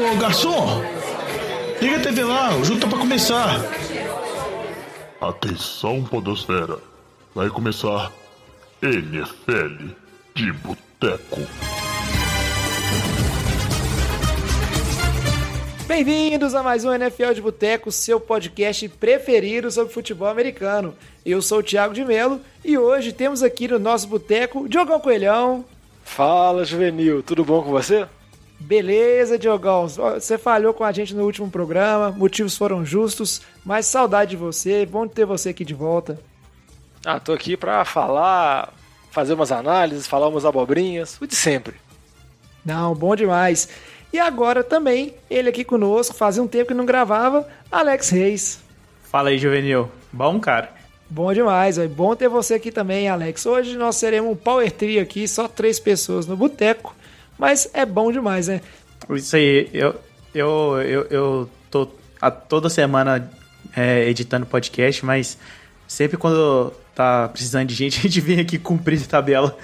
Ô, garçom! Liga a TV lá, o jogo tá pra começar. Atenção, podosfera. Vai começar NFL de Boteco. Bem-vindos a mais um NFL de Boteco, seu podcast preferido sobre futebol americano. Eu sou o Thiago de Melo e hoje temos aqui no nosso boteco Diogão Coelhão. Fala, Juvenil, tudo bom com você? Beleza, Diogão. Você falhou com a gente no último programa, motivos foram justos, mas saudade de você, bom ter você aqui de volta. Tô aqui pra falar, fazer umas análises, falar umas abobrinhas, o de sempre. Não, bom demais. E agora também, ele aqui conosco, fazia um tempo que não gravava, Alex Reis. Fala aí, Juvenil. Bom, cara? Bom demais, é bom ter você aqui também, Alex. Hoje nós seremos um power trio aqui, só 3 pessoas no boteco, mas é bom demais, né? Isso aí, eu tô toda semana editando podcast, mas sempre quando tá precisando de gente, a gente vem aqui cumprir a tabela.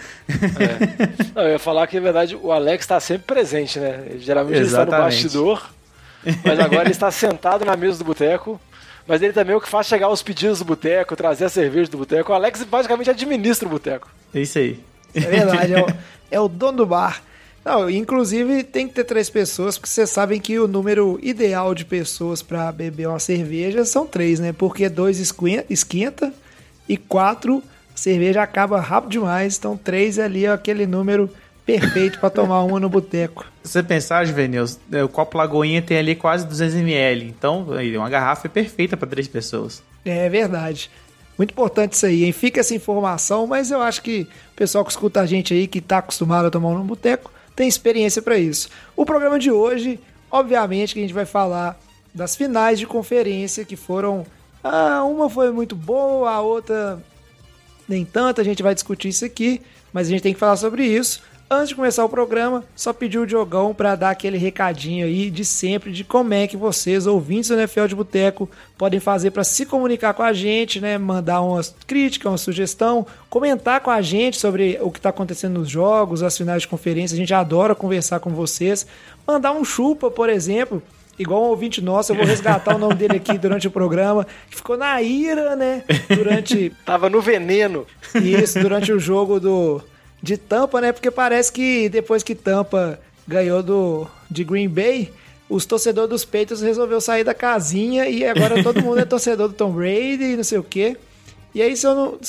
Não, eu ia falar que, na verdade, o Alex tá sempre presente, né? Geralmente ele está no bastidor, mas agora ele está sentado na mesa do boteco, mas ele também é o que faz chegar os pedidos do boteco, trazer a cerveja do boteco. O Alex basicamente administra o boteco. É isso aí. É verdade, é o dono do bar. Não, inclusive tem que ter 3 pessoas, porque vocês sabem que o número ideal de pessoas para beber uma cerveja são 3, né? Porque 2 esquenta e 4 cerveja acaba rápido demais. Então 3 ali é aquele número perfeito para tomar uma no boteco. Se você pensar, Juvenil, o copo Lagoinha tem ali quase 200 ml, então uma garrafa é perfeita para 3 pessoas. É verdade. Muito importante isso aí, hein? Fica essa informação, mas eu acho que o pessoal que escuta a gente aí, que tá acostumado a tomar um no boteco, tem experiência para isso. O programa de hoje, obviamente, que a gente vai falar das finais de conferência, que foram... uma foi muito boa, a outra nem tanto, a gente vai discutir isso aqui, mas a gente tem que falar sobre isso. Antes de começar o programa, só pedir o Diogão para dar aquele recadinho aí de sempre, de como é que vocês, ouvintes do NFL de Boteco, podem fazer para se comunicar com a gente, né? Mandar uma crítica, uma sugestão, comentar com a gente sobre o que está acontecendo nos jogos, as finais de conferência. A gente adora conversar com vocês. Mandar um chupa, por exemplo, igual um ouvinte nosso, eu vou resgatar o nome dele aqui durante o programa, que ficou na ira, né? Tava no veneno. Isso, durante o jogo de Tampa, né? Porque parece que depois que Tampa ganhou de Green Bay, os torcedores dos Patriots resolveu sair da casinha e agora todo mundo é torcedor do Tom Brady e não sei o quê. E aí, se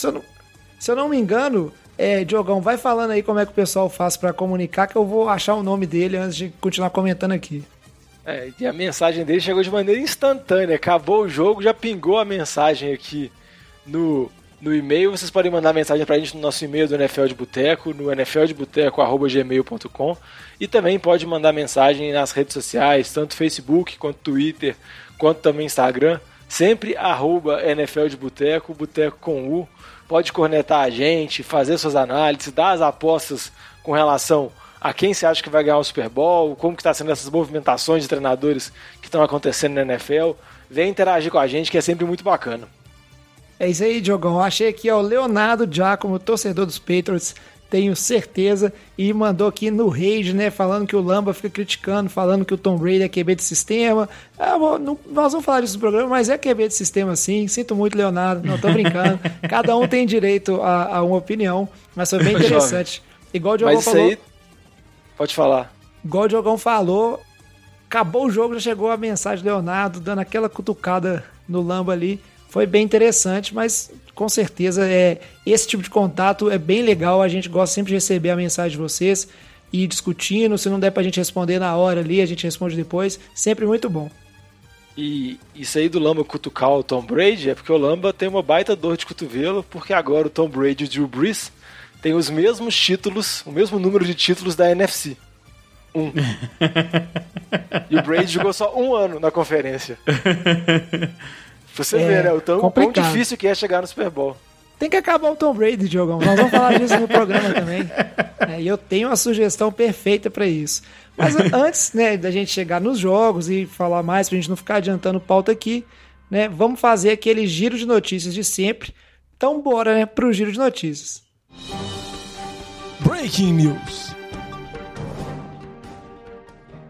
eu não me engano, Diogão, vai falando aí como é que o pessoal faz pra comunicar, que eu vou achar o nome dele antes de continuar comentando aqui. E a mensagem dele chegou de maneira instantânea. Acabou o jogo, já pingou a mensagem aqui no e-mail. Vocês podem mandar mensagem pra gente no nosso e-mail do NFL de Boteco, no nfldeboteco@gmail.com, e também pode mandar mensagem nas redes sociais, tanto Facebook, quanto Twitter, quanto também Instagram, sempre @NFL de Boteco, Boteco com U. Pode cornetar a gente, fazer suas análises, dar as apostas com relação a quem você acha que vai ganhar o Super Bowl, como que está sendo essas movimentações de treinadores que estão acontecendo na NFL. Vem interagir com a gente, que é sempre muito bacana. É isso aí, Diogão. Eu achei aqui, o Leonardo Giacomo, torcedor dos Patriots, tenho certeza, e mandou aqui no Rage, né, falando que o Lamba fica criticando, falando que o Tom Brady é QB de sistema. Nós vamos falar disso no programa, mas é QB de sistema sim. Sinto muito, Leonardo, não tô brincando. Cada um tem direito a uma opinião, mas foi bem interessante. Igual o Diogão falou... Aí, pode falar. Igual o Diogão falou, acabou o jogo, já chegou a mensagem do Leonardo, dando aquela cutucada no Lamba ali. Foi bem interessante, mas com certeza esse tipo de contato é bem legal. A gente gosta sempre de receber a mensagem de vocês e ir discutindo. Se não der pra gente responder na hora ali, a gente responde depois. Sempre muito bom. E isso aí do Lamba cutucar o Tom Brady é porque o Lamba tem uma baita dor de cotovelo, porque agora o Tom Brady e o Drew Brees têm os mesmos títulos, o mesmo número de títulos da NFC. 1. E o Brady jogou só 1 ano na conferência. Você vê, né? O quão difícil que é chegar no Super Bowl. Tem que acabar o Tom Brady, Diogão. Nós vamos falar disso no programa também. E eu tenho uma sugestão perfeita para isso. Mas antes, né, da gente chegar nos jogos e falar mais, pra gente não ficar adiantando pauta aqui, né, vamos fazer aquele giro de notícias de sempre. Então bora, né, pro giro de notícias. Breaking News.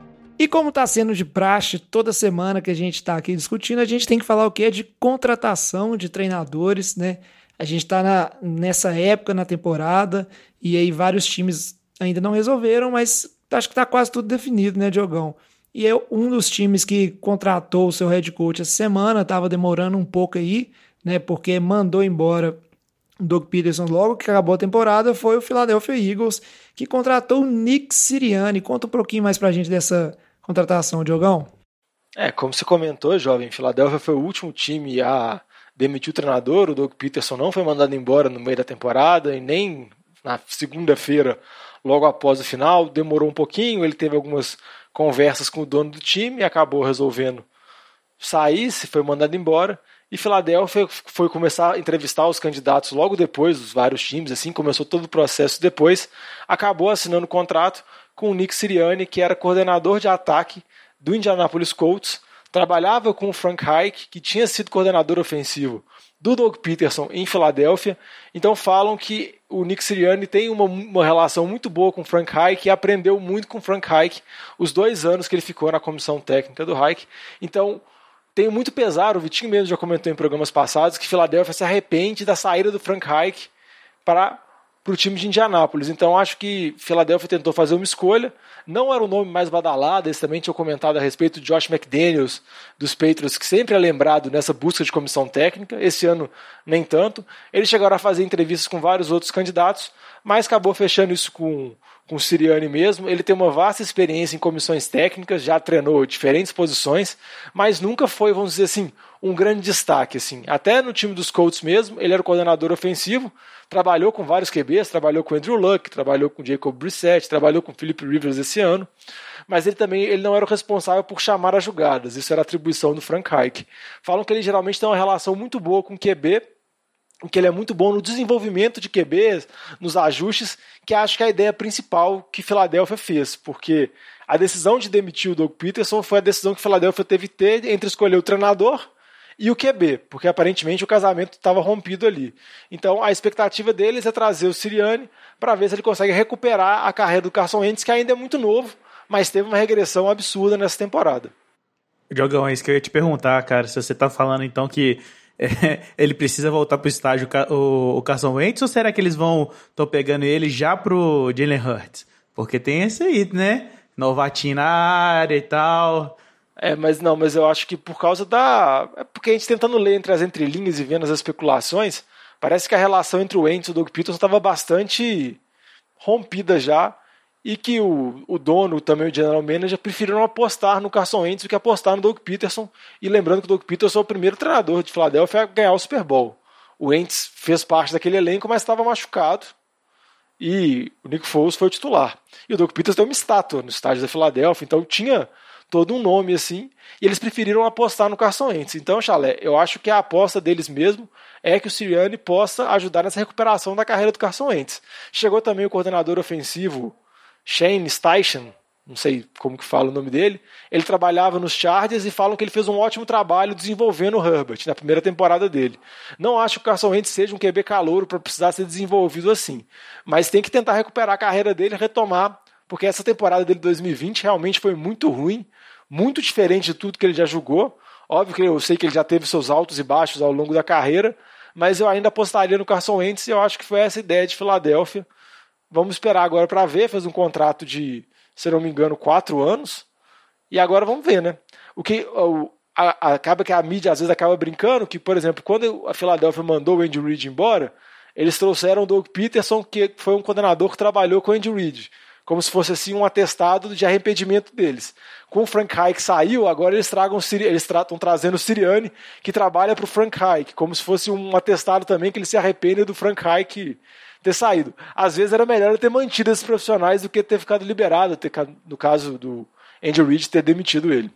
E como está sendo de praxe, toda semana que a gente está aqui discutindo, a gente tem que falar o que é de contratação de treinadores, né? A gente está nessa época na temporada e aí vários times ainda não resolveram, mas acho que está quase tudo definido, né, Diogão? E um dos times que contratou o seu head coach essa semana, estava demorando um pouco aí, né, porque mandou embora o Doug Peterson logo que acabou a temporada, foi o Philadelphia Eagles, que contratou o Nick Sirianni. Conta um pouquinho mais pra gente dessa contratação, Diogão. Como você comentou, jovem, Philadelphia foi o último time a demitir o treinador. O Doug Peterson não foi mandado embora no meio da temporada e nem na segunda-feira, logo após o final. Demorou um pouquinho, ele teve algumas conversas com o dono do time e acabou resolvendo sair, se foi mandado embora. E Philadelphia foi começar a entrevistar os candidatos logo depois, os vários times, assim, começou todo o processo depois, acabou assinando o contrato com o Nick Sirianni, que era coordenador de ataque do Indianapolis Colts, trabalhava com o Frank Reich, que tinha sido coordenador ofensivo do Doug Peterson em Filadélfia. Então falam que o Nick Sirianni tem uma relação muito boa com o Frank Reich e aprendeu muito com o Frank Reich os 2 anos que ele ficou na comissão técnica do Reich. Então tenho muito pesar, o Vitinho mesmo já comentou em programas passados, que Filadélfia se arrepende da saída do Frank Reich para o time de Indianápolis. Então acho que Filadélfia tentou fazer uma escolha, não era o nome mais badalado, eles também tinham comentado a respeito de Josh McDaniels, dos Patriots, que sempre é lembrado nessa busca de comissão técnica, esse ano nem tanto. Eles chegaram a fazer entrevistas com vários outros candidatos, mas acabou fechando isso com o Sirianni mesmo. Ele tem uma vasta experiência em comissões técnicas, já treinou diferentes posições, mas nunca foi, vamos dizer assim, um grande destaque. Assim. Até no time dos Colts mesmo, ele era o coordenador ofensivo, trabalhou com vários QBs, trabalhou com Andrew Luck, trabalhou com Jacob Brissett, trabalhou com Philip Rivers esse ano, mas ele não era o responsável por chamar as jogadas, isso era atribuição do Frank Reich. Falam que ele geralmente tem uma relação muito boa com o QB, que ele é muito bom no desenvolvimento de QBs, nos ajustes, que acho que é a ideia principal que Philadelphia fez, porque a decisão de demitir o Doug Peterson foi a decisão que Philadelphia teve que ter entre escolher o treinador e o QB, porque aparentemente o casamento estava rompido ali. Então a expectativa deles é trazer o Sirianni para ver se ele consegue recuperar a carreira do Carson Wentz, que ainda é muito novo, mas teve uma regressão absurda nessa temporada. Diogão, é isso que eu ia te perguntar, cara, se você tá falando então que ele precisa voltar pro estágio o Carson Wentz, ou será que eles estão pegando ele já pro Jalen Hurts? Porque tem esse aí, né? Novatinho na área e tal. Mas eu acho que por causa porque a gente tentando ler entre as entrelinhas e vendo as especulações, parece que a relação entre o Wentz e o Doug Peterson estava bastante rompida já, e que o dono, também o general manager, preferiram apostar no Carson Wentz do que apostar no Doug Peterson. E lembrando que o Doug Peterson é o primeiro treinador de Filadélfia a ganhar o Super Bowl. O Wentz fez parte daquele elenco, mas estava machucado. E o Nick Foles foi o titular. E o Doug Peterson tem uma estátua no estádio da Filadélfia, então tinha todo um nome assim. E eles preferiram apostar no Carson Wentz. Então, Chalé, eu acho que a aposta deles mesmo é que o Sirianni possa ajudar nessa recuperação da carreira do Carson Wentz. Chegou também o coordenador ofensivo Shane Steichen, não sei como que fala o nome dele, ele trabalhava nos Chargers e falam que ele fez um ótimo trabalho desenvolvendo o Herbert na primeira temporada dele. Não acho que o Carson Wentz seja um QB calouro para precisar ser desenvolvido assim, mas tem que tentar recuperar a carreira dele e retomar, porque essa temporada dele de 2020 realmente foi muito ruim, muito diferente de tudo que ele já jogou. Óbvio que eu sei que ele já teve seus altos e baixos ao longo da carreira, mas eu ainda apostaria no Carson Wentz e eu acho que foi essa a ideia de Filadélfia. Vamos esperar agora para ver, fez um contrato de, se não me engano, 4 anos, e agora vamos ver, né? Acaba que a mídia às vezes acaba brincando que, por exemplo, quando a Filadélfia mandou o Andy Reid embora, eles trouxeram o Doug Peterson, que foi um coordenador que trabalhou com o Andy Reid, como se fosse assim um atestado de arrependimento deles. Com o Frank Reich saiu, agora eles estão trazendo o Sirianni, que trabalha para o Frank Reich, como se fosse um atestado também que ele se arrepende do Frank Reich ter saído. Às vezes era melhor ter mantido esses profissionais do que ter ficado liberado, no caso do Andy Reid, ter demitido ele.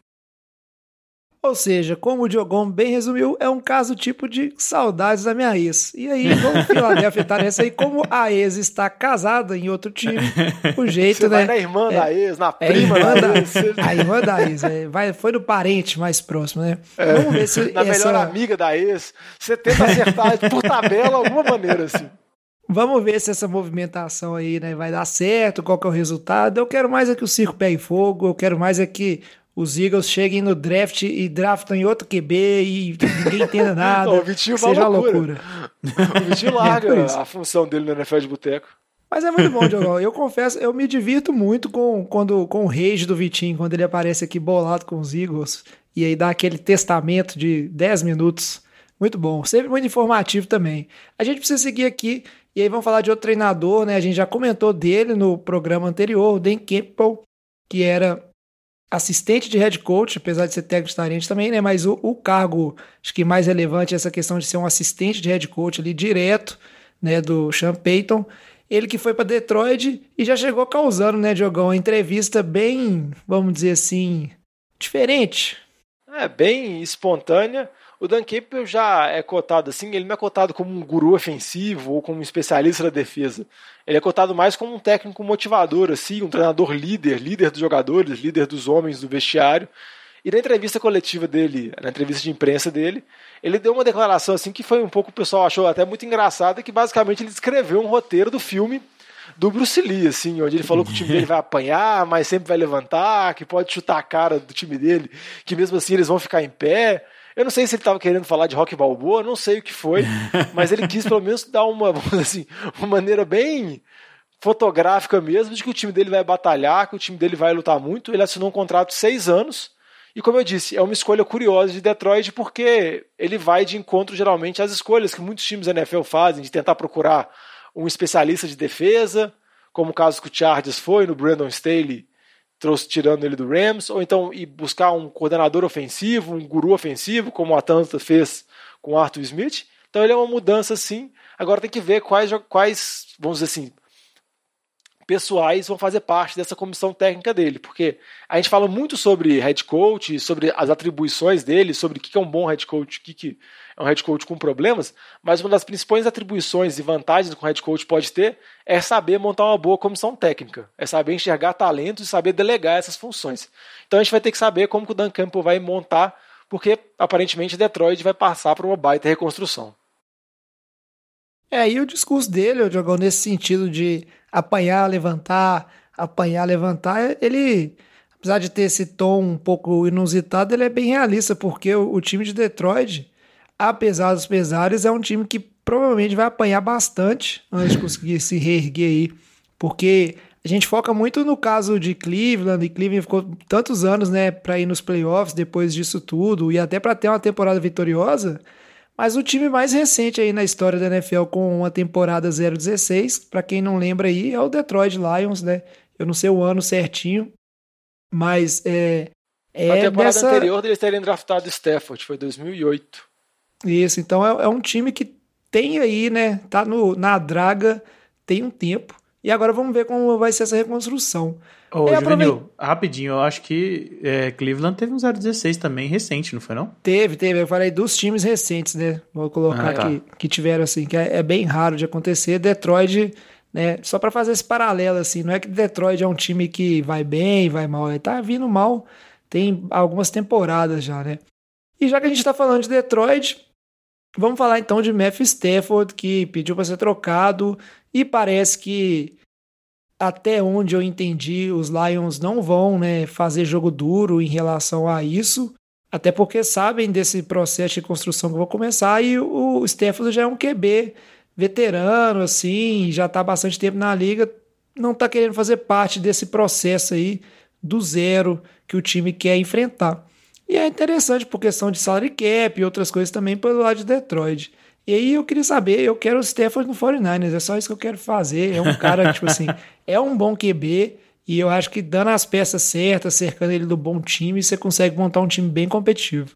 Ou seja, como o Diogão bem resumiu, é um caso tipo de saudades da minha ex. E aí, vamos o Philadelphia tá nessa aí, como a ex está casada em outro time, o jeito, você né? Vai na irmã da ex, na prima da ex. A irmã da ex, foi no parente mais próximo, né? Vamos ver se na melhor amiga da ex, você tenta acertar por tabela alguma maneira, assim. Vamos ver se essa movimentação aí, né, vai dar certo, qual que é o resultado. Eu quero mais é que o circo pegue fogo, eu quero mais é que os Eagles cheguem no draft e draftam em outro QB e ninguém entenda nada. O Vitinho seja uma loucura. O Vitinho larga a função dele no NFL de boteco. Mas é muito bom, Diogão. Eu confesso, eu me divirto muito com o rage do Vitinho, quando ele aparece aqui bolado com os Eagles e aí dá aquele testamento de 10 minutos. Muito bom. Sempre muito informativo também. A gente precisa seguir aqui e aí vamos falar de outro treinador, né? A gente já comentou dele no programa anterior, o Dan Campbell, que era assistente de head coach, apesar de ser técnico experiente também, né? Mas o cargo, acho que mais relevante é essa questão de ser um assistente de head coach ali direto, né? Do Sean Payton. Ele que foi para Detroit e já chegou causando, né, Diogão? Uma entrevista bem, vamos dizer assim, diferente. Bem espontânea. O Dan Campbell já é cotado assim, ele não é cotado como um guru ofensivo ou como um especialista da defesa. Ele é cotado mais como um técnico motivador, assim, um treinador líder dos jogadores, líder dos homens do vestiário. E na entrevista coletiva dele, na entrevista de imprensa dele, ele deu uma declaração assim que foi um pouco, o pessoal achou até muito engraçada, que basicamente ele descreveu um roteiro do filme do Bruce Lee, assim, onde ele falou que o time dele vai apanhar, mas sempre vai levantar, que pode chutar a cara do time dele, que mesmo assim eles vão ficar em pé. Eu não sei se ele estava querendo falar de Rocky Balboa, não sei o que foi, mas ele quis pelo menos dar uma maneira bem fotográfica mesmo, de que o time dele vai batalhar, que o time dele vai lutar muito. Ele assinou um contrato de 6 anos, e como eu disse, é uma escolha curiosa de Detroit, porque ele vai de encontro geralmente às escolhas que muitos times da NFL fazem, de tentar procurar um especialista de defesa, como o caso que o Chargers foi no Brandon Staley, tirando ele do Rams, ou então ir buscar um coordenador ofensivo, um guru ofensivo, como o Atlanta fez com o Arthur Smith. Então ele é uma mudança sim. Agora tem que ver quais vamos dizer assim, pessoais vão fazer parte dessa comissão técnica dele, porque a gente fala muito sobre head coach, sobre as atribuições dele, sobre o que é um bom head coach, o que é um head coach com problemas, mas uma das principais atribuições e vantagens que um head coach pode ter é saber montar uma boa comissão técnica, é saber enxergar talentos e saber delegar essas funções. Então a gente vai ter que saber como que o Dan Campbell vai montar, porque aparentemente Detroit vai passar por uma baita reconstrução. E o discurso dele, Diogão, nesse sentido de apanhar, levantar, ele, apesar de ter esse tom um pouco inusitado, ele é bem realista, porque o time de Detroit, apesar dos pesares, é um time que provavelmente vai apanhar bastante antes de conseguir se reerguer aí, porque a gente foca muito no caso de Cleveland, e Cleveland ficou tantos anos, né, para ir nos playoffs depois disso tudo, e até para ter uma temporada vitoriosa. Mas o time mais recente aí na história da NFL com uma temporada 0-16, para quem não lembra aí, é o Detroit Lions, né? Eu não sei o ano certinho, mas a temporada anterior deles terem draftado Stafford, foi 2008. Isso, então é um time que tem aí, né? Tá na draga tem um tempo. E agora vamos ver como vai ser essa reconstrução. Ô, Juvenil, rapidinho, eu acho que Cleveland teve um 0-16 também recente, não foi não? Teve. Eu falei dos times recentes, né? Vou colocar aqui, que tiveram assim, que é bem raro de acontecer. Detroit, né? Só para fazer esse paralelo, assim, não é que Detroit é um time que vai bem, vai mal. Ele tá vindo mal, tem algumas temporadas já, né? E já que a gente tá falando de Detroit, vamos falar então de Matthew Stafford, que pediu para ser trocado e parece que, até onde eu entendi, os Lions não vão, né, fazer jogo duro em relação a isso, até porque sabem desse processo de construção que eu vou começar, e o Stafford já é um QB veterano, assim, já está há bastante tempo na liga, não está querendo fazer parte desse processo aí do zero que o time quer enfrentar. E é interessante por questão de salary cap e outras coisas também pelo lado de Detroit. E aí eu queria saber, eu quero o Stafford no 49ers, é só isso que eu quero fazer. É um cara que, tipo assim, é um bom QB, e eu acho que dando as peças certas, cercando ele do bom time, você consegue montar um time bem competitivo.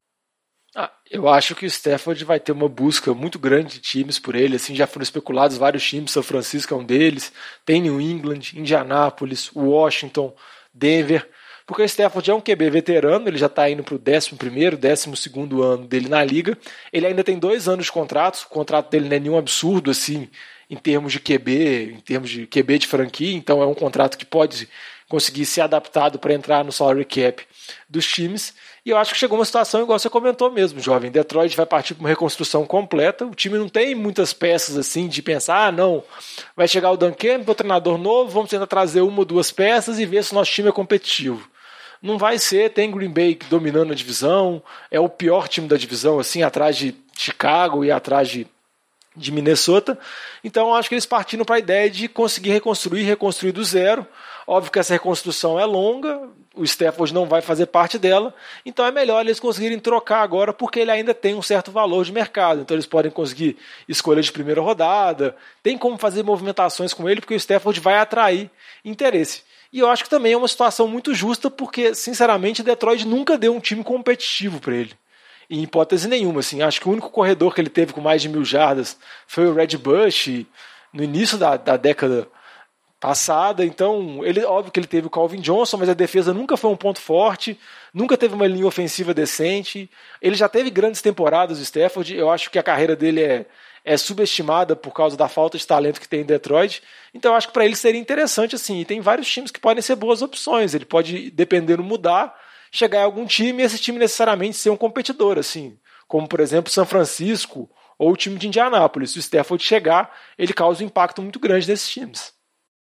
Eu acho que o Stafford vai ter uma busca muito grande de times por ele, assim, já foram especulados vários times, São Francisco é um deles, tem New England, Indianápolis, Washington, Denver, porque o Stafford é um QB veterano, ele já está indo para o 11º, 12º ano dele na liga, ele ainda tem 2 anos de contrato, o contrato dele não é nenhum absurdo assim, em termos de QB de franquia, então é um contrato que pode conseguir ser adaptado para entrar no salary cap dos times. E eu acho que chegou uma situação igual você comentou mesmo, jovem. Detroit vai partir para uma reconstrução completa. O time não tem muitas peças assim de pensar, não, vai chegar o Dan Campbell, o treinador novo, vamos tentar trazer uma ou duas peças e ver se o nosso time é competitivo. Não vai ser, tem Green Bay dominando a divisão, é o pior time da divisão, assim, atrás de Chicago e atrás de Minnesota. Então eu acho que eles partiram para a ideia de conseguir reconstruir do zero. Óbvio que essa reconstrução é longa, o Stafford não vai fazer parte dela, então é melhor eles conseguirem trocar agora, porque ele ainda tem um certo valor de mercado. Então eles podem conseguir escolha de primeira rodada, tem como fazer movimentações com ele, porque o Stafford vai atrair interesse. E eu acho que também é uma situação muito justa, porque, sinceramente, Detroit nunca deu um time competitivo para ele. Em hipótese nenhuma. Assim. Acho que o único corredor que ele teve com mais de 1.000 jardas foi o Red Bush, no início da década passada. Então, óbvio que ele teve o Calvin Johnson, mas a defesa nunca foi um ponto forte, nunca teve uma linha ofensiva decente. Ele já teve grandes temporadas, o Stafford. Eu acho que a carreira dele é subestimada por causa da falta de talento que tem em Detroit. Então eu acho que para ele seria interessante, assim, e tem vários times que podem ser boas opções. Ele pode, dependendo, mudar, chegar em algum time e esse time necessariamente ser um competidor, assim, como por exemplo São Francisco ou o time de Indianápolis. Se o Stafford chegar, ele causa um impacto muito grande nesses times.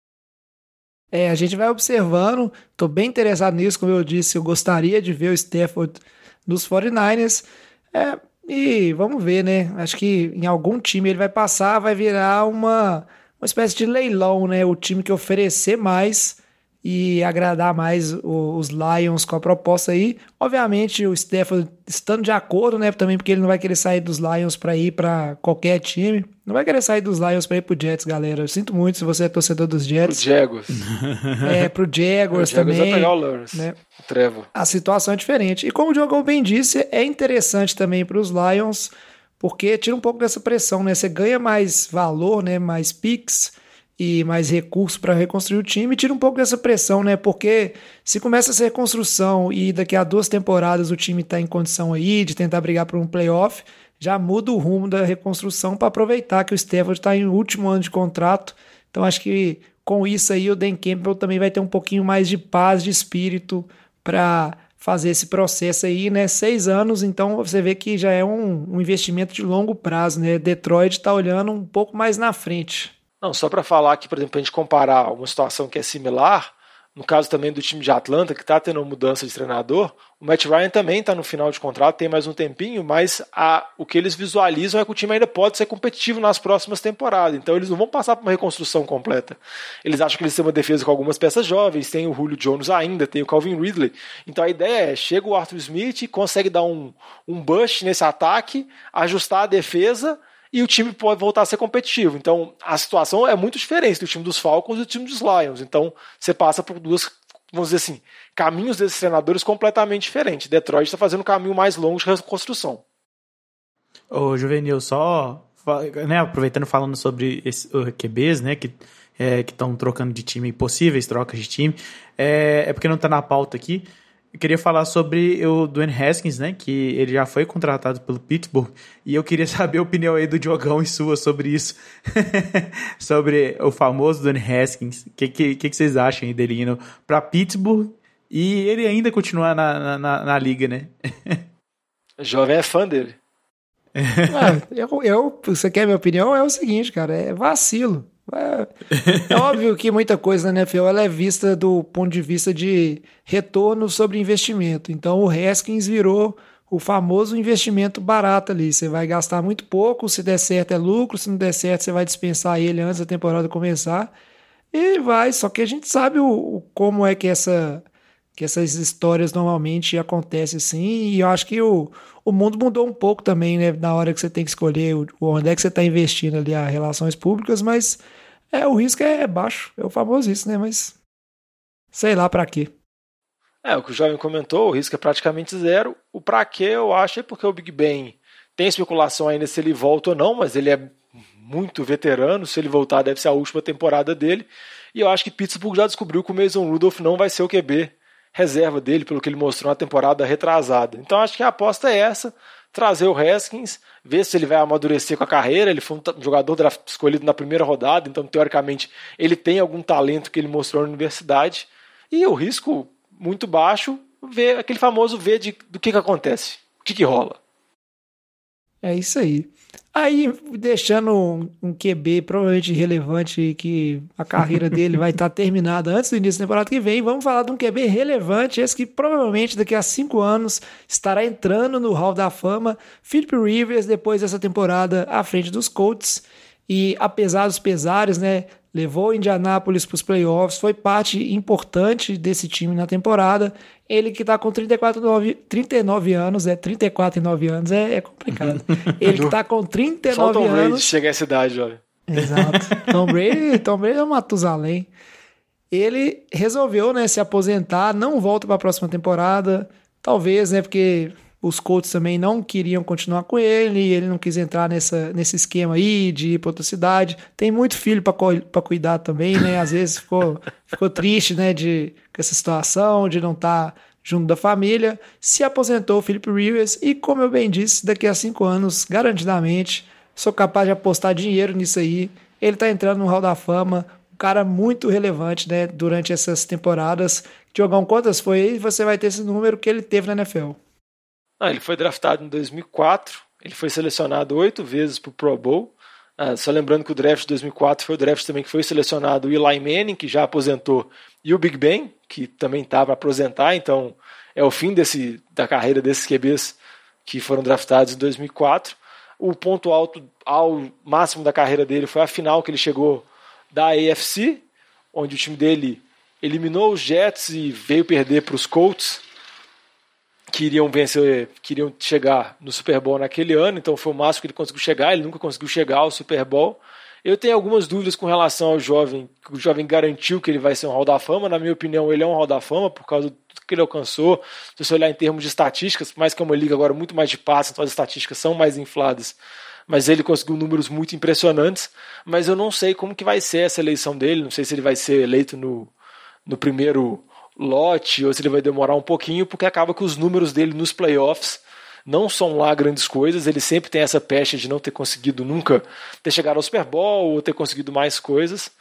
A gente vai observando, estou bem interessado nisso, como eu disse, eu gostaria de ver o Stafford nos 49ers, e vamos ver, né? Acho que em algum time ele vai passar, vai virar uma espécie de leilão, né? O time que oferecer mais e agradar mais os Lions com a proposta aí. Obviamente o Stafford estando de acordo, né? Também porque ele não vai querer sair dos Lions para ir para qualquer time. Não vai querer sair dos Lions para ir pro Jets, galera. Eu sinto muito se você é torcedor dos Jets. Pro Jaguars. Pro Jaguars também. Vai pegar o Lawrence, né? O Trevor. A situação é diferente. E como o Diogo bem disse, é interessante também para os Lions, porque tira um pouco dessa pressão, né? Você ganha mais valor, né? Mais picks e mais recursos para reconstruir o time, tira um pouco dessa pressão, né? Porque se começa essa reconstrução e daqui a 2 temporadas o time está em condição aí de tentar brigar por um playoff, já muda o rumo da reconstrução para aproveitar que o Stafford está em último ano de contrato. Então acho que com isso aí o Dan Campbell também vai ter um pouquinho mais de paz de espírito para fazer esse processo aí, né? 6 anos, então você vê que já é um investimento de longo prazo, né? Detroit está olhando um pouco mais na frente. Não, só para falar aqui, por exemplo, a gente comparar uma situação que é similar, no caso também do time de Atlanta, que está tendo uma mudança de treinador, o Matt Ryan também está no final de contrato, tem mais um tempinho, mas o que eles visualizam é que o time ainda pode ser competitivo nas próximas temporadas, então eles não vão passar por uma reconstrução completa. Eles acham que eles têm uma defesa com algumas peças jovens, tem o Julio Jones ainda, tem o Calvin Ridley, então a ideia é, chega o Arthur Smith, consegue dar um boost nesse ataque, ajustar a defesa, e o time pode voltar a ser competitivo. Então, a situação é muito diferente do time dos Falcons e do time dos Lions. Então, você passa por duas, vamos dizer assim, caminhos desses treinadores completamente diferentes. Detroit está fazendo um caminho mais longo de reconstrução. Ô, Juvenil, só né, aproveitando falando sobre os QBs, né, que estão trocando de time, possíveis trocas de time, é porque não está na pauta aqui. Eu queria falar sobre o Dwayne Haskins, né, que ele já foi contratado pelo Pittsburgh, e eu queria saber a opinião aí do Diogão e sua sobre isso, sobre o famoso Dwayne Haskins. O que vocês acham aí dele indo para Pittsburgh e ele ainda continuar na liga, né? O jovem é fã dele. Você quer minha opinião? É o seguinte, cara, é vacilo. É óbvio que muita coisa na NFL ela é vista do ponto de vista de retorno sobre investimento. Então o Haskins virou o famoso investimento barato ali. Você vai gastar muito pouco, se der certo é lucro, se não der certo você vai dispensar ele antes da temporada começar. E vai, só que a gente sabe como é que essas histórias normalmente acontecem assim, e eu acho que o mundo mudou um pouco também, né, na hora que você tem que escolher onde é que você está investindo ali as relações públicas, mas o risco é baixo, é o famoso isso, né, mas sei lá pra quê. O que o jovem comentou, o risco é praticamente zero. O pra quê eu acho é porque o Big Ben tem especulação ainda se ele volta ou não, mas ele é muito veterano, se ele voltar deve ser a última temporada dele, e eu acho que Pittsburgh já descobriu que o Mason Rudolph não vai ser o QB reserva dele, pelo que ele mostrou na temporada retrasada. Então acho que a aposta é essa, trazer o Haskins, ver se ele vai amadurecer com a carreira. Ele foi um jogador escolhido na primeira rodada, então teoricamente ele tem algum talento que ele mostrou na universidade, E o risco muito baixo, aquele famoso ver do que acontece, o que rola. É isso aí. Aí, deixando um QB provavelmente relevante, que a carreira dele vai estar terminada antes do início da temporada que vem, vamos falar de um QB relevante, esse que provavelmente daqui a 5 anos estará entrando no Hall da Fama, Philip Rivers, depois dessa temporada à frente dos Colts. E apesar dos pesares, né, levou o Indianapolis para os playoffs, foi parte importante desse time na temporada. Ele que está com 39 anos, 34 e 9 anos, é complicado. Ele que está com 39 Só o Tom Brady anos. chega a essa idade, olha. Exato. Tom Brady é um Matusalém. Ele resolveu, né, se aposentar, não volta para a próxima temporada. Talvez, né, porque os Colts também não queriam continuar com ele não quis entrar nesse esquema aí de ir para outra cidade. Tem muito filho para cuidar também, né? Às vezes ficou triste, né, com essa situação de não estar junto da família. Se aposentou o Philip Rivers e, como eu bem disse, daqui a 5 anos, garantidamente, sou capaz de apostar dinheiro nisso aí. Ele está entrando no Hall da Fama, um cara muito relevante, né, durante essas temporadas. Diogão, quantas foi aí? Você vai ter esse número que ele teve na NFL. Ele foi draftado em 2004, ele foi selecionado 8 vezes para o Pro Bowl. Só lembrando que o draft de 2004 foi o draft também que foi selecionado o Eli Manning, que já aposentou, e o Big Ben, que também estava para aposentar. Então é o fim da carreira desses QBs que foram draftados em 2004. O ponto alto ao máximo da carreira dele foi a final que ele chegou da AFC, onde o time dele eliminou os Jets e veio perder para os Colts, queriam chegar no Super Bowl naquele ano, então foi o máximo que ele conseguiu chegar, ele nunca conseguiu chegar ao Super Bowl. Eu tenho algumas dúvidas com relação ao jovem, que o jovem garantiu que ele vai ser um Hall da Fama. Na minha opinião, ele é um Hall da Fama por causa do que ele alcançou. Se você olhar em termos de estatísticas, por mais que é uma liga agora muito mais de passe, então as estatísticas são mais infladas, mas ele conseguiu números muito impressionantes. Mas eu não sei como que vai ser essa eleição dele, não sei se ele vai ser eleito no primeiro lote ou se ele vai demorar um pouquinho, porque acaba que os números dele nos playoffs não são lá grandes coisas. Ele sempre tem essa peste de não ter conseguido nunca ter chegado ao Super Bowl ou ter conseguido mais coisas,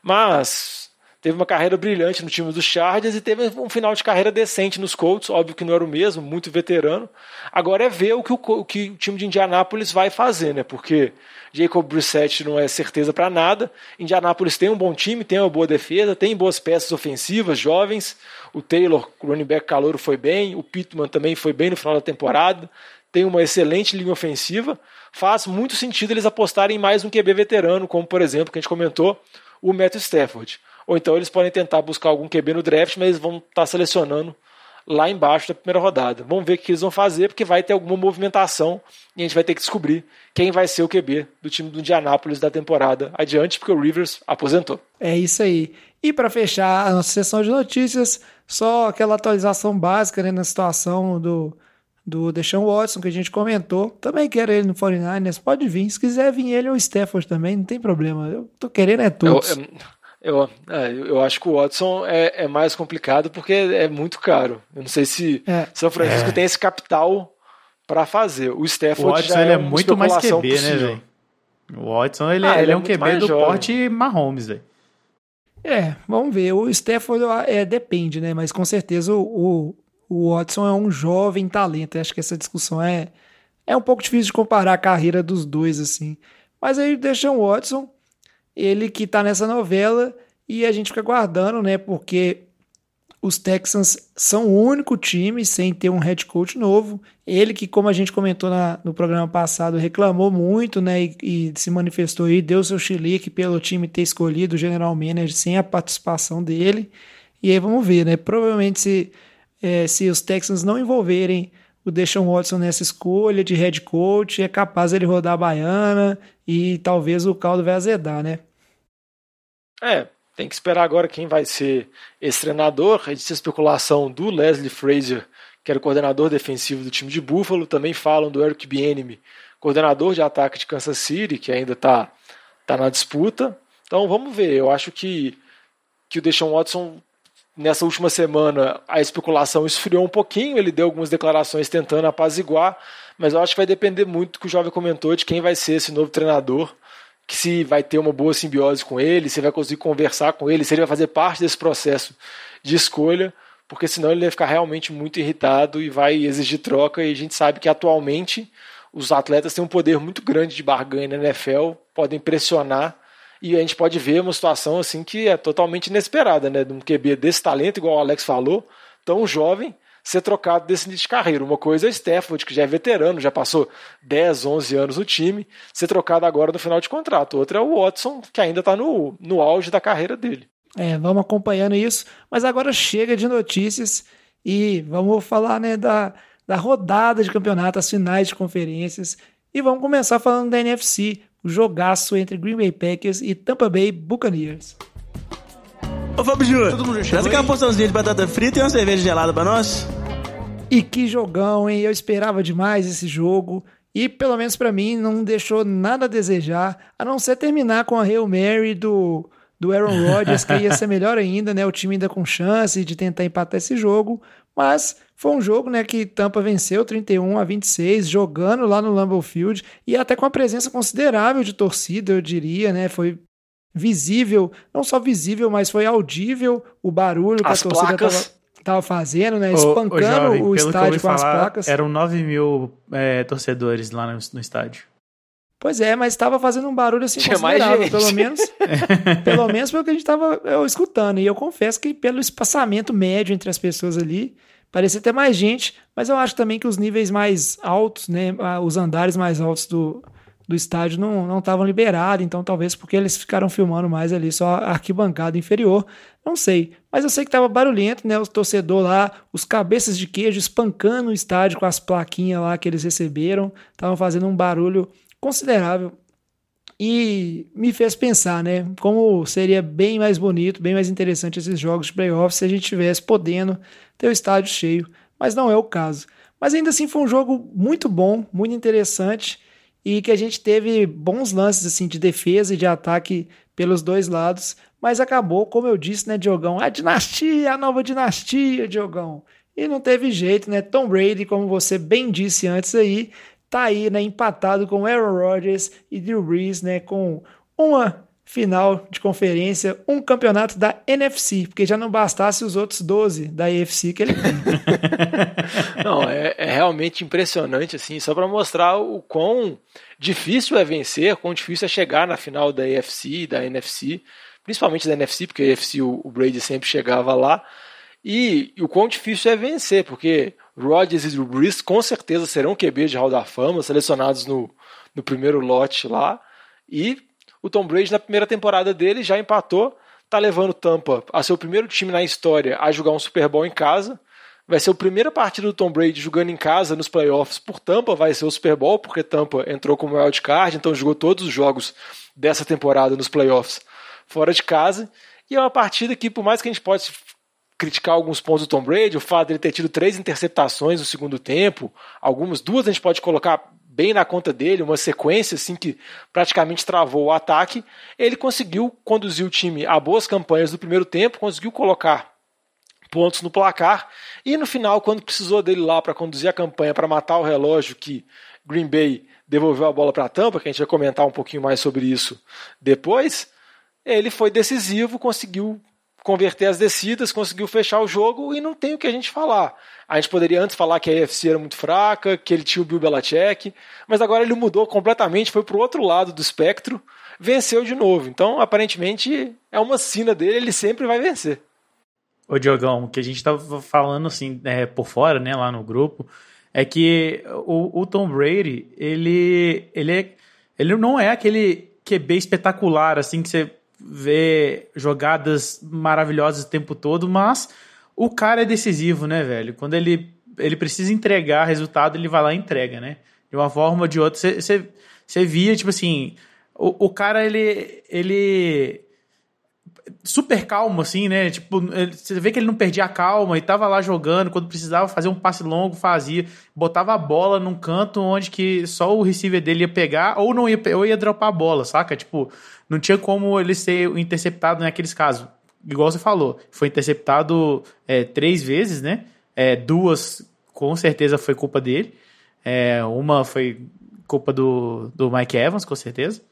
mas teve uma carreira brilhante no time dos Chargers e teve um final de carreira decente nos Colts. Óbvio que não era o mesmo, muito veterano. Agora é ver o que o time de Indianápolis vai fazer, né? Porque Jacob Brissett não é certeza para nada. Indianápolis tem um bom time, tem uma boa defesa, tem boas peças ofensivas, jovens. O Taylor, running back calouro, foi bem. O Pittman também foi bem no final da temporada. Tem uma excelente linha ofensiva. Faz muito sentido eles apostarem em mais um QB veterano, como, por exemplo, que a gente comentou, o Matthew Stafford. Ou então eles podem tentar buscar algum QB no draft, mas eles vão estar selecionando lá embaixo da primeira rodada. Vamos ver o que eles vão fazer, porque vai ter alguma movimentação e a gente vai ter que descobrir quem vai ser o QB do time do Indianapolis da temporada adiante, porque o Rivers aposentou. É isso aí. E para fechar a nossa sessão de notícias, só aquela atualização básica, né, na situação do Deshaun Watson, que a gente comentou. Também quero ele no 49ers, pode vir. Se quiser vir ele ou o Stafford também, não tem problema. Eu tô querendo todos. Eu acho que o Watson é mais complicado porque é muito caro. Eu não sei se São Francisco tem esse capital para fazer. O Stafford, o Watson, já ele é muito mais QB, possível, né, velho? O Watson, ele é um QB do porte Mahomes, velho. Vamos ver. O Stafford depende, né? Mas com certeza o Watson é um jovem talento. Eu acho que essa discussão é um pouco difícil de comparar a carreira dos dois, assim. Mas aí deixa o Watson, ele que tá nessa novela, e a gente fica aguardando, né? Porque os Texans são o único time sem ter um head coach novo. Ele que, como a gente comentou no programa passado, reclamou muito, né? E se manifestou aí, deu seu chilique pelo time ter escolhido o general manager sem a participação dele. E aí vamos ver, né? Provavelmente se os Texans não envolverem o Deshaun Watson nessa escolha de head coach, é capaz ele rodar a baiana e talvez o caldo vai azedar, né? Tem que esperar agora quem vai ser esse treinador. Existe a especulação do Leslie Frazier, que era o coordenador defensivo do time de Buffalo. Também falam do Eric Bieniemy, coordenador de ataque de Kansas City, que ainda está na disputa. Então vamos ver. Eu acho que o Deshaun Watson, nessa última semana, a especulação esfriou um pouquinho. Ele deu algumas declarações tentando apaziguar, mas eu acho que vai depender muito do que o jovem comentou, de quem vai ser esse novo treinador que se vai ter uma boa simbiose com ele, se vai conseguir conversar com ele, se ele vai fazer parte desse processo de escolha, porque senão ele vai ficar realmente muito irritado e vai exigir troca, e a gente sabe que atualmente os atletas têm um poder muito grande de barganha na NFL, podem pressionar, e a gente pode ver uma situação assim que é totalmente inesperada, né? De um QB desse talento, igual o Alex falou, tão jovem, ser trocado desse início de carreira. Uma coisa é o Stafford, que já é veterano, já passou 10, 11 anos no time, ser trocado agora no final de contrato. Outra é o Watson, que ainda está no auge da carreira dele. Vamos acompanhando isso, mas agora chega de notícias e vamos falar, né, da rodada de campeonato, as finais de conferências, e vamos começar falando da NFC, o jogaço entre Green Bay Packers e Tampa Bay Buccaneers. Ô Fábio Júnior, traz aquela porçãozinha de batata frita e uma cerveja gelada pra nós. E que jogão, hein? Eu esperava demais esse jogo. E, pelo menos pra mim, não deixou nada a desejar, a não ser terminar com a Hail Mary do Aaron Rodgers, que ia ser melhor ainda, né? O time ainda com chance de tentar empatar esse jogo. Mas foi um jogo, né, que Tampa venceu 31-26, jogando lá no Lambeau Field, e até com uma presença considerável de torcida, eu diria, né? Foi visível, não só visível, mas foi audível o barulho que a torcida tava fazendo, né? Espancando jovem, o estádio com as placas. Eram 9 mil torcedores lá no estádio. Pois é, mas estava fazendo um barulho assim considerável, pelo menos pelo que a gente estava escutando. E eu confesso que pelo espaçamento médio entre as pessoas ali, parecia ter mais gente, mas eu acho também que os níveis mais altos, né, os andares mais altos do estádio não estavam liberados, então talvez porque eles ficaram filmando mais ali, só a arquibancada inferior, não sei. Mas eu sei que estava barulhento, né, os torcedores lá, os cabeças de queijo espancando o estádio com as plaquinhas lá que eles receberam, estavam fazendo um barulho considerável. E me fez pensar, né, como seria bem mais bonito, bem mais interessante esses jogos de playoffs se a gente tivesse podendo ter o estádio cheio, mas não é o caso. Mas ainda assim foi um jogo muito bom, muito interessante, e que a gente teve bons lances assim, de defesa e de ataque pelos dois lados, mas acabou, como eu disse, né, Diogão, a nova dinastia, Diogão. E não teve jeito, né, Tom Brady, como você bem disse antes aí, tá aí, né, empatado com Aaron Rodgers e Drew Brees, né, com uma final de conferência, um campeonato da NFC, porque já não bastasse os outros 12 da AFC que ele tem. Não, é realmente impressionante, assim, só para mostrar o quão difícil é vencer, quão difícil é chegar na final da AFC e da NFC, principalmente da NFC, porque a AFC o Brady sempre chegava lá, e o quão difícil é vencer, porque Rodgers e Drew Brees com certeza serão QB de Hall da Fama, selecionados no primeiro lote lá, e o Tom Brady na primeira temporada dele já empatou, tá levando Tampa a ser o primeiro time na história a jogar um Super Bowl em casa, vai ser a primeira partida do Tom Brady jogando em casa nos playoffs por Tampa, vai ser o Super Bowl, porque Tampa entrou como wild card, então jogou todos os jogos dessa temporada nos playoffs fora de casa, e é uma partida que, por mais que a gente possa criticar alguns pontos do Tom Brady, o fato de ele ter tido 3 interceptações no segundo tempo, duas a gente pode colocar bem na conta dele, uma sequência assim que praticamente travou o ataque, ele conseguiu conduzir o time a boas campanhas no primeiro tempo, conseguiu colocar pontos no placar, e no final, quando precisou dele lá para conduzir a campanha, para matar o relógio, que Green Bay devolveu a bola para Tampa, que a gente vai comentar um pouquinho mais sobre isso depois, ele foi decisivo, conseguiu converter as descidas, conseguiu fechar o jogo, e não tem o que a gente falar. A gente poderia antes falar que a AFC era muito fraca, que ele tinha o Bill Belichick, mas agora ele mudou completamente, foi para o outro lado do espectro, venceu de novo. Então, aparentemente, é uma sina dele, ele sempre vai vencer. Ô Diogão, o que a gente estava falando assim, por fora, né, lá no grupo, é que o Tom Brady, ele não é aquele QB espetacular, assim, que você vê jogadas maravilhosas o tempo todo, mas o cara é decisivo, né, velho? Quando ele precisa entregar resultado, ele vai lá e entrega, né? De uma forma ou de outra. Você via, tipo assim, o cara, ele super calmo, assim, né? Tipo, você vê que ele não perdia a calma e tava lá jogando, quando precisava fazer um passe longo, fazia, botava a bola num canto onde que só o receiver dele ia pegar ou ia dropar a bola, saca? Tipo, não tinha como ele ser interceptado naqueles casos. Igual você falou, foi interceptado 3 vezes, né? 2 com certeza foi culpa dele. Uma foi culpa do Mike Evans, com certeza.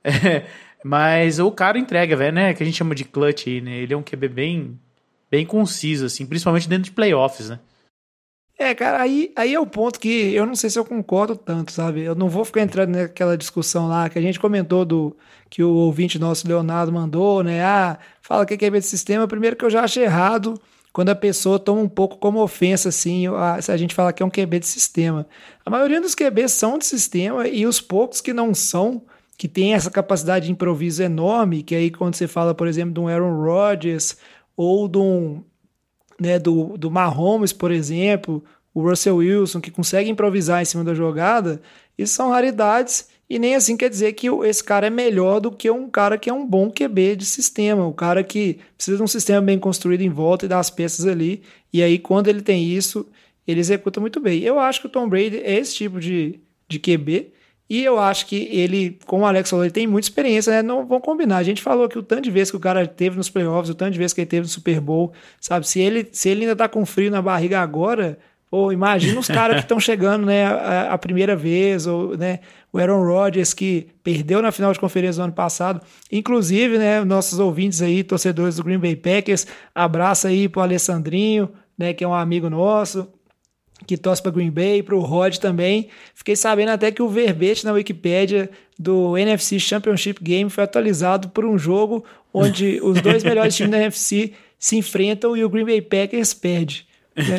Mas o cara entrega, velho, né? Que a gente chama de clutch aí, né? Ele é um QB bem conciso, assim, principalmente dentro de playoffs, né? Cara, aí é o ponto que eu não sei se eu concordo tanto, sabe? Eu não vou ficar entrando naquela discussão lá que a gente comentou que o ouvinte nosso, Leonardo, mandou, né? Fala que é QB de sistema. Primeiro que eu já achei errado quando a pessoa toma um pouco como ofensa, assim, se a gente fala que é um QB de sistema. A maioria dos QBs são de sistema e os poucos que não são, que tem essa capacidade de improviso enorme, que aí quando você fala, por exemplo, de um Aaron Rodgers ou de um... né, do Mahomes, por exemplo, o Russell Wilson, que consegue improvisar em cima da jogada, isso são raridades e nem assim quer dizer que esse cara é melhor do que um cara que é um bom QB de sistema, o cara que precisa de um sistema bem construído em volta e das peças ali, e aí quando ele tem isso, ele executa muito bem. Eu acho que o Tom Brady é esse tipo de QB, e eu acho que ele, como o Alex falou, ele tem muita experiência, né? Não vão combinar. A gente falou que o tanto de vezes que o cara teve nos playoffs, o tanto de vezes que ele teve no Super Bowl, sabe? Se ele ainda tá com frio na barriga agora, imagina os caras que estão chegando, né, a primeira vez, ou, né, o Aaron Rodgers que perdeu na final de conferência do ano passado. Inclusive, né, nossos ouvintes aí, torcedores do Green Bay Packers, abraço aí pro Alessandrinho, né, que é um amigo nosso, que torce para Green Bay, para o Rod também. Fiquei sabendo até que o verbete na Wikipédia do NFC Championship Game foi atualizado por um jogo onde os dois melhores times da NFC se enfrentam e o Green Bay Packers perde. Né?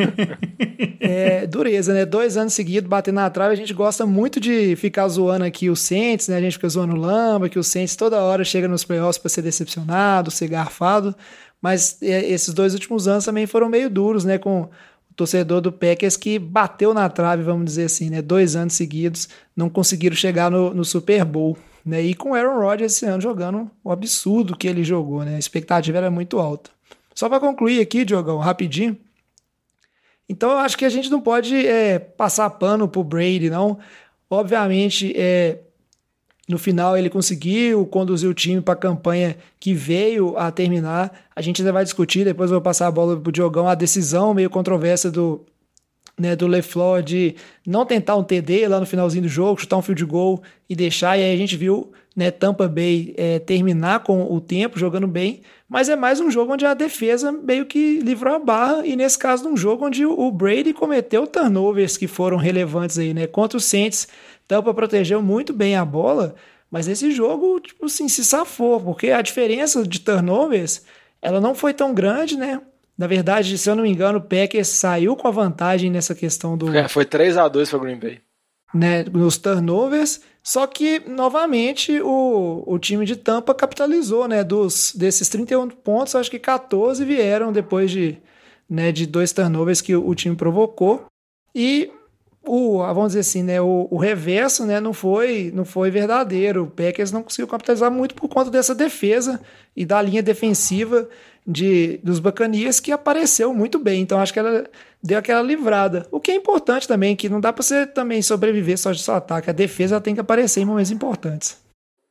Dureza, né? 2 anos seguidos batendo na trave. A gente gosta muito de ficar zoando aqui o Saints, né? A gente fica zoando o Lamba, que o Saints toda hora chega nos playoffs para ser decepcionado, ser garfado, mas esses 2 últimos anos também foram meio duros, né? Com torcedor do Packers que bateu na trave, vamos dizer assim, né? 2 anos seguidos, não conseguiram chegar no Super Bowl, né? E com o Aaron Rodgers esse ano jogando o absurdo que ele jogou, né? A expectativa era muito alta. Só para concluir aqui, Diogão, rapidinho. Então eu acho que a gente não pode passar pano pro Brady, não. Obviamente, no final ele conseguiu conduzir o time para a campanha que veio a terminar. A gente ainda vai discutir, depois eu vou passar a bola pro Diogão, a decisão meio controversa do LeFleur de não tentar um TD lá no finalzinho do jogo, chutar um field goal e deixar, e aí a gente viu, né, Tampa Bay terminar com o tempo, jogando bem, mas é mais um jogo onde a defesa meio que livrou a barra, e nesse caso um jogo onde o Brady cometeu turnovers que foram relevantes aí, né, contra o Saints. Tampa protegeu muito bem a bola, mas esse jogo, tipo assim, se safou, porque a diferença de turnovers, ela não foi tão grande, né? Na verdade, se eu não me engano, o Packers saiu com a vantagem nessa questão do... foi 3-2 para o Green Bay. Né, nos turnovers, só que, novamente, o time de Tampa capitalizou, né? Desses 31 pontos, acho que 14 vieram depois de 2 turnovers que o time provocou. E... vamos dizer assim, né, o reverso, né, não foi verdadeiro. O Packers não conseguiu capitalizar muito por conta dessa defesa e da linha defensiva dos Buccaneers, que apareceu muito bem. Então acho que ela deu aquela livrada. O que é importante também, que não dá para você também sobreviver só de seu ataque. A defesa ela tem que aparecer em momentos importantes.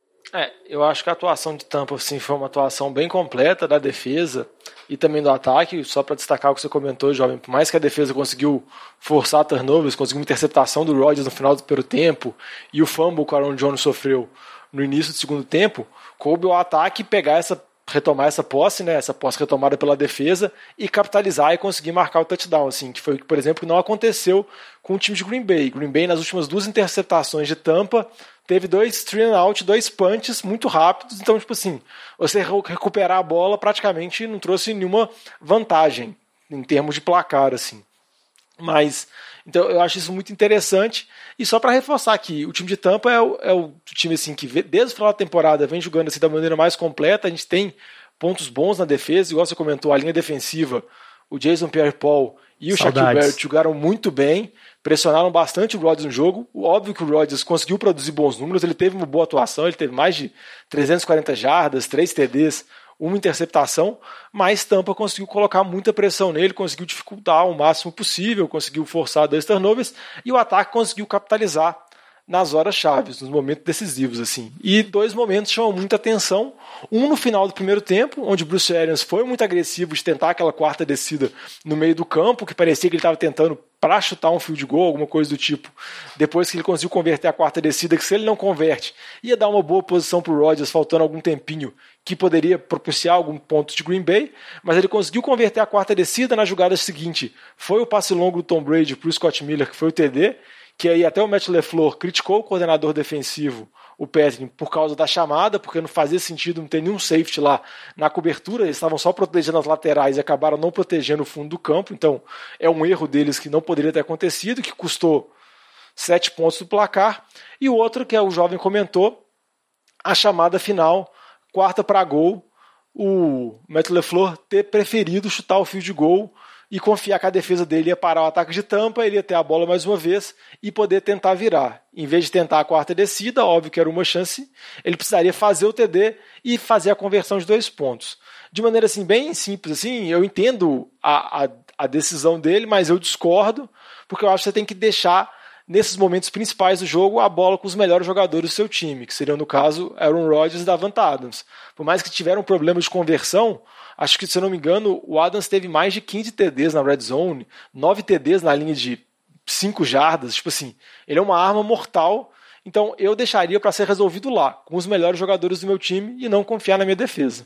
Eu acho que a atuação de Tampa assim, foi uma atuação bem completa da defesa e também do ataque. Só para destacar o que você comentou, jovem, por mais que a defesa conseguiu forçar turnovers, conseguiu uma interceptação do Rodgers no final do primeiro tempo e o fumble que o Aaron Jones sofreu no início do segundo tempo, coube ao ataque retomar essa posse, né, essa posse retomada pela defesa e capitalizar e conseguir marcar o touchdown, assim, que foi, por exemplo, que não aconteceu com o time de Green Bay. Green Bay, nas últimas 2 interceptações de Tampa, teve 2 three and out, 2 punches muito rápidos, então, tipo assim, você recuperar a bola praticamente não trouxe nenhuma vantagem em termos de placar, assim. Mas, então, eu acho isso muito interessante. E só para reforçar aqui, o time de Tampa é o time assim, que desde o final da temporada vem jogando assim, da maneira mais completa. A gente tem pontos bons na defesa, igual você comentou, a linha defensiva, o Jason Pierre-Paul e o Shaquille Barrett jogaram muito bem, pressionaram bastante o Rodgers no jogo. Óbvio que o Rodgers conseguiu produzir bons números, ele teve uma boa atuação, ele teve mais de 340 jardas, 3 TDs, uma interceptação, mas Tampa conseguiu colocar muita pressão nele, conseguiu dificultar o máximo possível, conseguiu forçar 2 turnovers e o ataque conseguiu capitalizar nas horas chaves, nos momentos decisivos, assim. E 2 momentos chamam muita atenção. Um no final do primeiro tempo, onde o Bruce Arians foi muito agressivo de tentar aquela quarta descida no meio do campo, que parecia que ele estava tentando para chutar um field goal, alguma coisa do tipo. Depois que ele conseguiu converter a quarta descida, que se ele não converte, ia dar uma boa posição para o Rodgers, faltando algum tempinho, que poderia propiciar algum ponto de Green Bay, mas ele conseguiu converter a quarta descida. Na jogada seguinte, foi o passe longo do Tom Brady para o Scott Miller, que foi o TD, que aí até o Matt LaFleur criticou o coordenador defensivo, o Petrin, por causa da chamada, porque não fazia sentido não ter nenhum safety lá na cobertura, eles estavam só protegendo as laterais e acabaram não protegendo o fundo do campo, então é um erro deles que não poderia ter acontecido, que custou 7 pontos do placar. E o outro, que o jovem comentou, a chamada final, quarta para gol, o Matt LaFleur ter preferido chutar o field goal e confiar que a defesa dele ia parar o ataque de Tampa, ele ia ter a bola mais uma vez e poder tentar virar. Em vez de tentar a quarta descida, óbvio que era uma chance, ele precisaria fazer o TD e fazer a conversão de 2 pontos. De maneira assim, bem simples, assim, eu entendo a decisão dele, mas eu discordo, porque eu acho que você tem que deixar, nesses momentos principais do jogo, a bola com os melhores jogadores do seu time, que seriam, no caso, Aaron Rodgers e Davante Adams. Por mais que tiveram problemas de conversão, acho que, se eu não me engano, o Adams teve mais de 15 TDs na red zone, 9 TDs na linha de 5 jardas. Tipo assim, ele é uma arma mortal. Então eu deixaria para ser resolvido lá, com os melhores jogadores do meu time, e não confiar na minha defesa.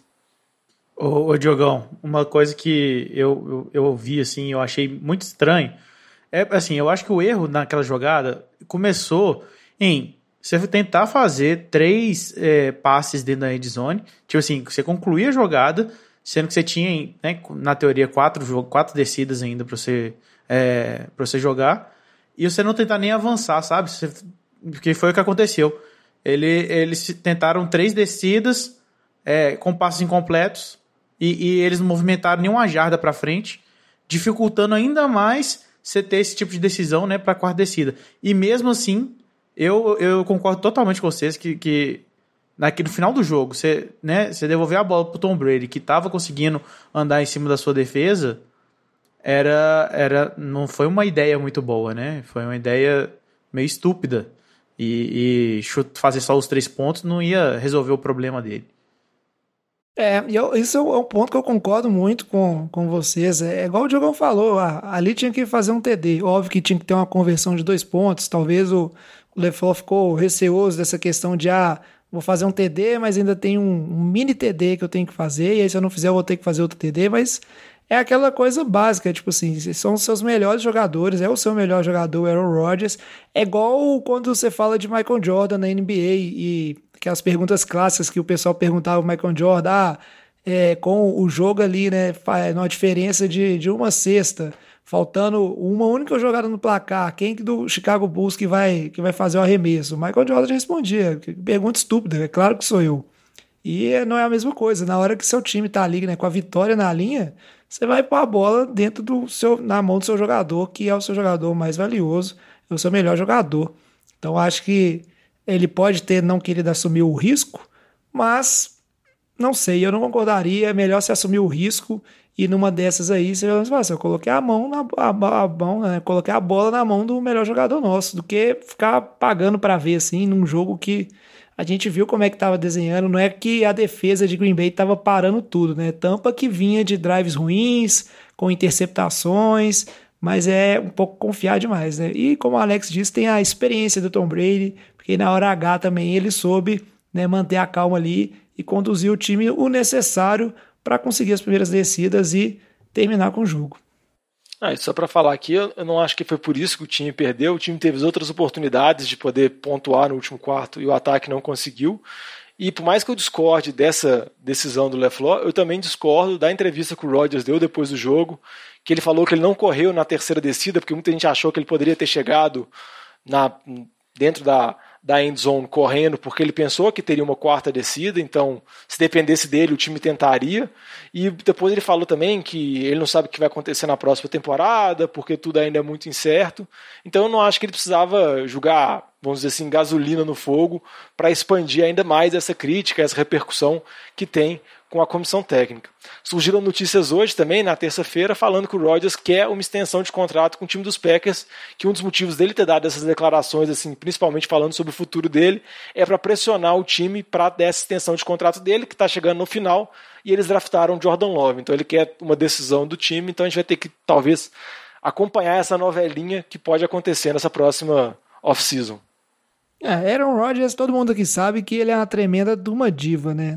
Ô Diogão, uma coisa que eu ouvi, assim, eu achei muito estranho, é assim, eu acho que o erro naquela jogada começou em você tentar fazer 3 passes dentro da end zone, tipo assim, você concluir a jogada, sendo que você tinha, né, na teoria, 4 descidas ainda para você jogar, e você não tentar nem avançar, sabe? Porque foi o que aconteceu. Eles tentaram 3 descidas com passos incompletos, e eles não movimentaram nenhuma jarda para frente, dificultando ainda mais você ter esse tipo de decisão, né, para a quarta descida. E mesmo assim, eu concordo totalmente com vocês que no final do jogo, você devolver a bola pro Tom Brady, que estava conseguindo andar em cima da sua defesa, não foi uma ideia muito boa, né? Foi uma ideia meio estúpida. E fazer só os 3 pontos não ia resolver o problema dele. Isso é um ponto que eu concordo muito com vocês. É igual o Diogão falou, ali tinha que fazer um TD. Óbvio que tinha que ter uma conversão de 2 pontos. Talvez o LaFleur ficou receoso dessa questão de vou fazer um TD, mas ainda tem um mini TD que eu tenho que fazer, e aí se eu não fizer eu vou ter que fazer outro TD, mas é aquela coisa básica, tipo assim, são os seus melhores jogadores, é o seu melhor jogador, Aaron Rodgers. É igual quando você fala de Michael Jordan na NBA, e aquelas perguntas clássicas que o pessoal perguntava ao Michael Jordan, com o jogo ali, né, uma diferença de uma cesta, faltando uma única jogada no placar, quem do Chicago Bulls que vai fazer o arremesso? O Michael Jordan respondia, pergunta estúpida, é claro que sou eu. E não é a mesma coisa, na hora que seu time tá ali, né, com a vitória na linha, você vai pôr a bola na mão do seu jogador, que é o seu jogador mais valioso, é o seu melhor jogador. Então acho que ele pode ter não querido assumir o risco, mas não sei, eu não concordaria, é melhor você assumir o risco. E numa dessas aí, eu coloquei coloquei a bola na mão do melhor jogador nosso, do que ficar pagando para ver assim, num jogo que a gente viu como é que estava desenhando. Não é que a defesa de Green Bay estava parando tudo, né? Tampa que vinha de drives ruins, com interceptações, mas é um pouco confiar demais, né? E como o Alex disse, tem a experiência do Tom Brady, porque na hora H também ele soube, né, manter a calma ali e conduzir o time o necessário para conseguir as primeiras descidas e terminar com o jogo. Só para falar aqui, eu não acho que foi por isso que o time perdeu. O time teve outras oportunidades de poder pontuar no último quarto e o ataque não conseguiu. E por mais que eu discorde dessa decisão do LaFleur, eu também discordo da entrevista que o Rodgers deu depois do jogo, que ele falou que ele não correu na terceira descida, porque muita gente achou que ele poderia ter chegado dentro da end zone correndo, porque ele pensou que teria uma quarta descida, então se dependesse dele o time tentaria. E depois ele falou também que ele não sabe o que vai acontecer na próxima temporada, porque tudo ainda é muito incerto. Então eu não acho que ele precisava jogar, vamos dizer assim, gasolina no fogo para expandir ainda mais essa crítica, essa repercussão que tem com a comissão técnica. Surgiram notícias hoje também, na terça-feira, falando que o Rodgers quer uma extensão de contrato com o time dos Packers, que um dos motivos dele ter dado essas declarações, assim, principalmente falando sobre o futuro dele, é para pressionar o time para dar essa extensão de contrato dele, que está chegando no final, e eles draftaram Jordan Love. Então ele quer uma decisão do time, então a gente vai ter que, talvez, acompanhar essa novelinha que pode acontecer nessa próxima off-season. Aaron Rodgers, todo mundo aqui sabe que ele é uma tremenda de uma diva, né?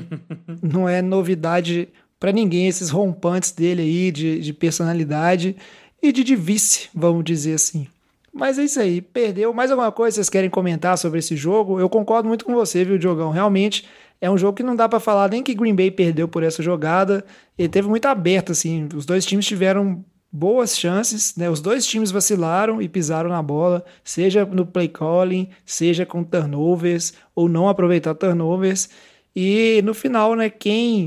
Não é novidade pra ninguém esses rompantes dele aí de personalidade e de vice, vamos dizer assim. Mas é isso aí, perdeu. Mais alguma coisa que vocês querem comentar sobre esse jogo? Eu concordo muito com você, viu, Diogão? Realmente é um jogo que não dá pra falar nem que Green Bay perdeu por essa jogada. Ele teve muito aberto, assim. Os dois times tiveram boas chances, né? Os dois times vacilaram e pisaram na bola, seja no play calling, seja com turnovers ou não aproveitar turnovers. E no final, né,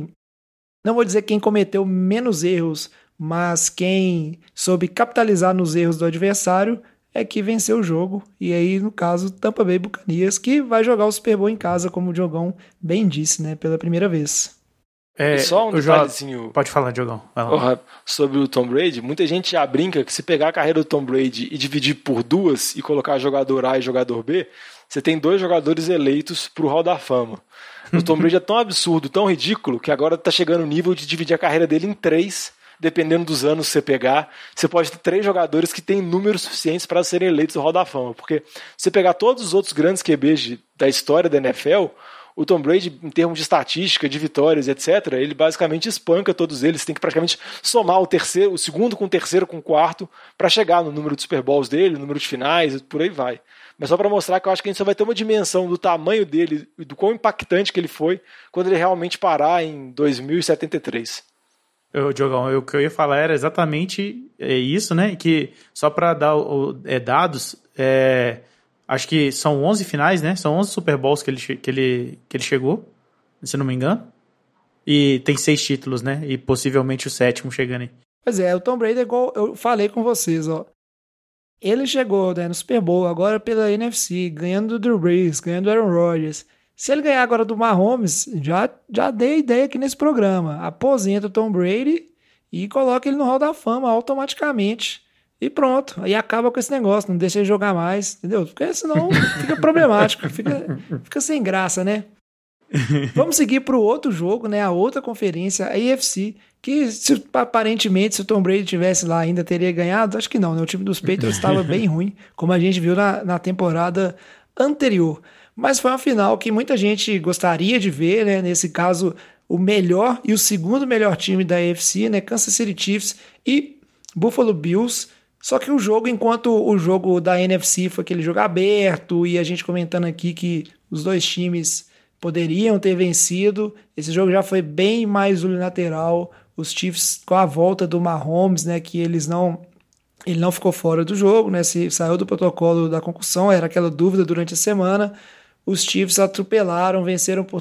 não vou dizer quem cometeu menos erros, mas quem soube capitalizar nos erros do adversário é que venceu o jogo. E aí, no caso, Tampa Bay Buccaneers, que vai jogar o Super Bowl em casa, como o Diogão bem disse, né, pela primeira vez. Só um detalhezinho. Pode falar, Diogão. Sobre o Tom Brady. Muita gente já brinca que se pegar a carreira do Tom Brady e dividir por duas e colocar jogador A e jogador B, você tem 2 jogadores eleitos pro Hall da Fama. O Tom Brady é tão absurdo, tão ridículo, que agora tá chegando o nível de dividir a carreira dele em 3, dependendo dos anos que você pegar. Você pode ter 3 jogadores que têm números suficientes para serem eleitos no Hall da Fama. Porque se você pegar todos os outros grandes QBs da história da NFL, o Tom Brady, em termos de estatística, de vitórias, etc., ele basicamente espanca todos eles. Tem que praticamente somar o segundo com o terceiro com o quarto para chegar no número de Super Bowls dele, no número de finais e por aí vai. Mas só para mostrar que eu acho que a gente só vai ter uma dimensão do tamanho dele e do quão impactante que ele foi quando ele realmente parar em 2073. Diogão, o que eu ia falar era exatamente isso, né? Que só para dar dados, acho que são 11 finais, né? São 11 Super Bowls que ele chegou, se não me engano. E tem 6 títulos, né? E possivelmente o 7º chegando aí. Pois é, o Tom Brady é igual eu falei com vocês, ó. Ele chegou, né, no Super Bowl, agora pela NFC, ganhando do Drew Brees, ganhando do Aaron Rodgers. Se ele ganhar agora do Mahomes, já dei a ideia aqui nesse programa. Aposenta o Tom Brady e coloca ele no Hall da Fama automaticamente. E pronto, aí acaba com esse negócio, não deixa ele jogar mais, entendeu? Porque senão fica problemático, fica sem graça, né? Vamos seguir para o outro jogo, né? A outra conferência, a AFC, que aparentemente se o Tom Brady tivesse lá ainda teria ganhado, acho que não, né? O time dos Patriots estava bem ruim, como a gente viu na temporada anterior. Mas foi uma final que muita gente gostaria de ver, né? Nesse caso, o melhor e o segundo melhor time da AFC, né? Kansas City Chiefs e Buffalo Bills. Só que o jogo, enquanto o jogo da NFC foi aquele jogo aberto e a gente comentando aqui que os dois times poderiam ter vencido, esse jogo já foi bem mais unilateral. Os Chiefs, com a volta do Mahomes, né, que ele não ficou fora do jogo, né, se saiu do protocolo da concussão, era aquela dúvida durante a semana. Os Chiefs atropelaram, venceram por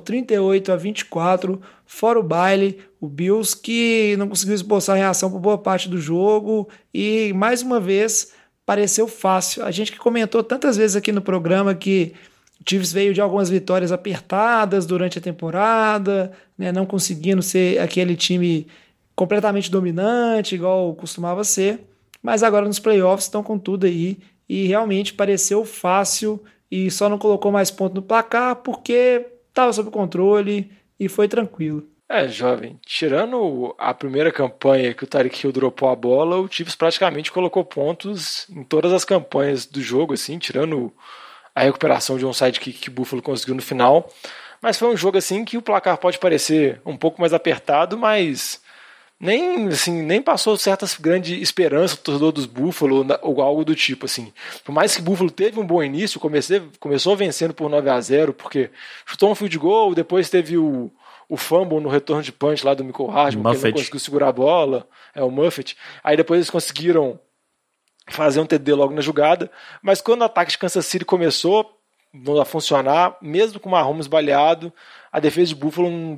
38-24, fora o baile. O Bills, que não conseguiu esboçar a reação por boa parte do jogo e, mais uma vez, pareceu fácil. A gente que comentou tantas vezes aqui no programa que o Chiefs veio de algumas vitórias apertadas durante a temporada, né, não conseguindo ser aquele time completamente dominante, igual costumava ser, mas agora nos playoffs estão com tudo aí e realmente pareceu fácil e só não colocou mais ponto no placar porque estava sob controle e foi tranquilo. Jovem, tirando a primeira campanha que o Tyreek Hill dropou a bola, o Chiefs praticamente colocou pontos em todas as campanhas do jogo, assim, tirando a recuperação de um sidekick que o Buffalo conseguiu no final. Mas foi um jogo assim que o placar pode parecer um pouco mais apertado, mas nem passou certas grandes esperanças do torcedor dos Buffalo ou algo do tipo, assim. Por mais que o Buffalo teve um bom início, começou vencendo por 9-0, porque chutou um field goal, depois teve o fumble no retorno de punch lá do Mecole Hardman, que não conseguiu segurar a bola, o Muffet. Aí depois eles conseguiram fazer um TD logo na jogada, mas quando o ataque de Kansas City começou a funcionar, mesmo com o Mahomes baleado, a defesa de Buffalo não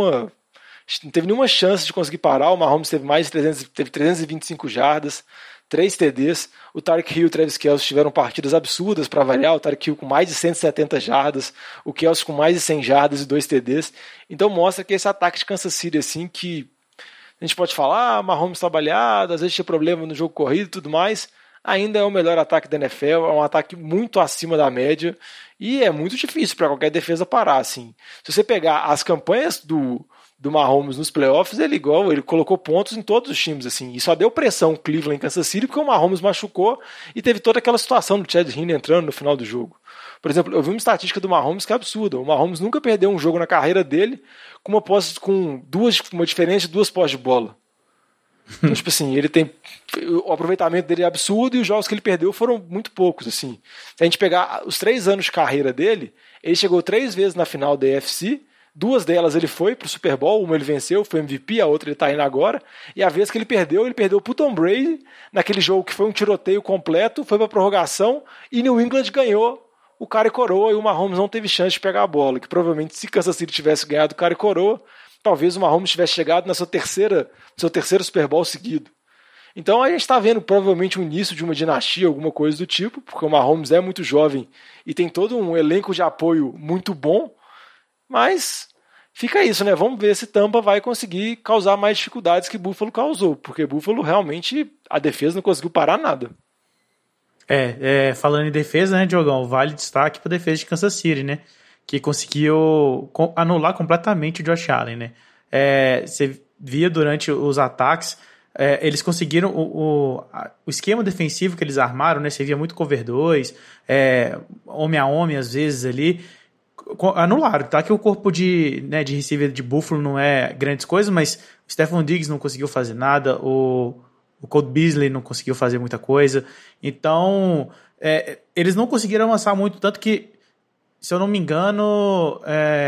teve nenhuma chance de conseguir parar. O Mahomes teve 325 jardas, 3 TDs. O Tyreek Hill e o Travis Kelce tiveram partidas absurdas para variar. O Tyreek Hill com mais de 170 jardas, o Kelce com mais de 100 jardas e 2 TDs. Então mostra que esse ataque de Kansas City, assim, que a gente pode falar, Mahomes trabalhado, às vezes tinha problema no jogo corrido e tudo mais, ainda é o melhor ataque da NFL, é um ataque muito acima da média e é muito difícil para qualquer defesa parar, assim. Se você pegar as campanhas do Mahomes nos playoffs, ele colocou pontos em todos os times, assim, e só deu pressão Cleveland em Kansas City porque o Mahomes machucou e teve toda aquela situação do Chad Henne entrando no final do jogo. Por exemplo, eu vi uma estatística do Mahomes que é absurda. O Mahomes nunca perdeu um jogo na carreira dele com uma diferença de 2 posses de bola. Então, tipo assim, ele tem. O aproveitamento dele é absurdo e os jogos que ele perdeu foram muito poucos, assim. Se a gente pegar os 3 anos de carreira dele, ele chegou 3 vezes na final da AFC. 2 delas ele foi pro Super Bowl, uma ele venceu, foi MVP, a outra ele tá indo agora, e a vez que ele perdeu pro Tom Brady, naquele jogo que foi um tiroteio completo, foi pra prorrogação, e New England ganhou o cara e coroa, e o Mahomes não teve chance de pegar a bola, que provavelmente se Kansas City tivesse ganhado o cara e coroa, talvez o Mahomes tivesse chegado no seu terceiro Super Bowl seguido. Então a gente está vendo provavelmente o início de uma dinastia, alguma coisa do tipo, porque o Mahomes é muito jovem e tem todo um elenco de apoio muito bom, mas fica isso, né? Vamos ver se Tampa vai conseguir causar mais dificuldades que Buffalo causou, porque Buffalo realmente, a defesa não conseguiu parar nada. Falando em defesa, né, Diogão, vale destaque para a defesa de Kansas City, né? Que conseguiu anular completamente o Josh Allen, né? Você via durante os ataques, eles conseguiram o esquema defensivo que eles armaram, né? Você via muito cover 2, homem a homem às vezes ali, anularam, tá? Que o corpo de receiver de Buffalo não é grandes coisas, mas o Stephon Diggs não conseguiu fazer nada, o Cole Beasley não conseguiu fazer muita coisa, então eles não conseguiram avançar muito, tanto que, se eu não me engano,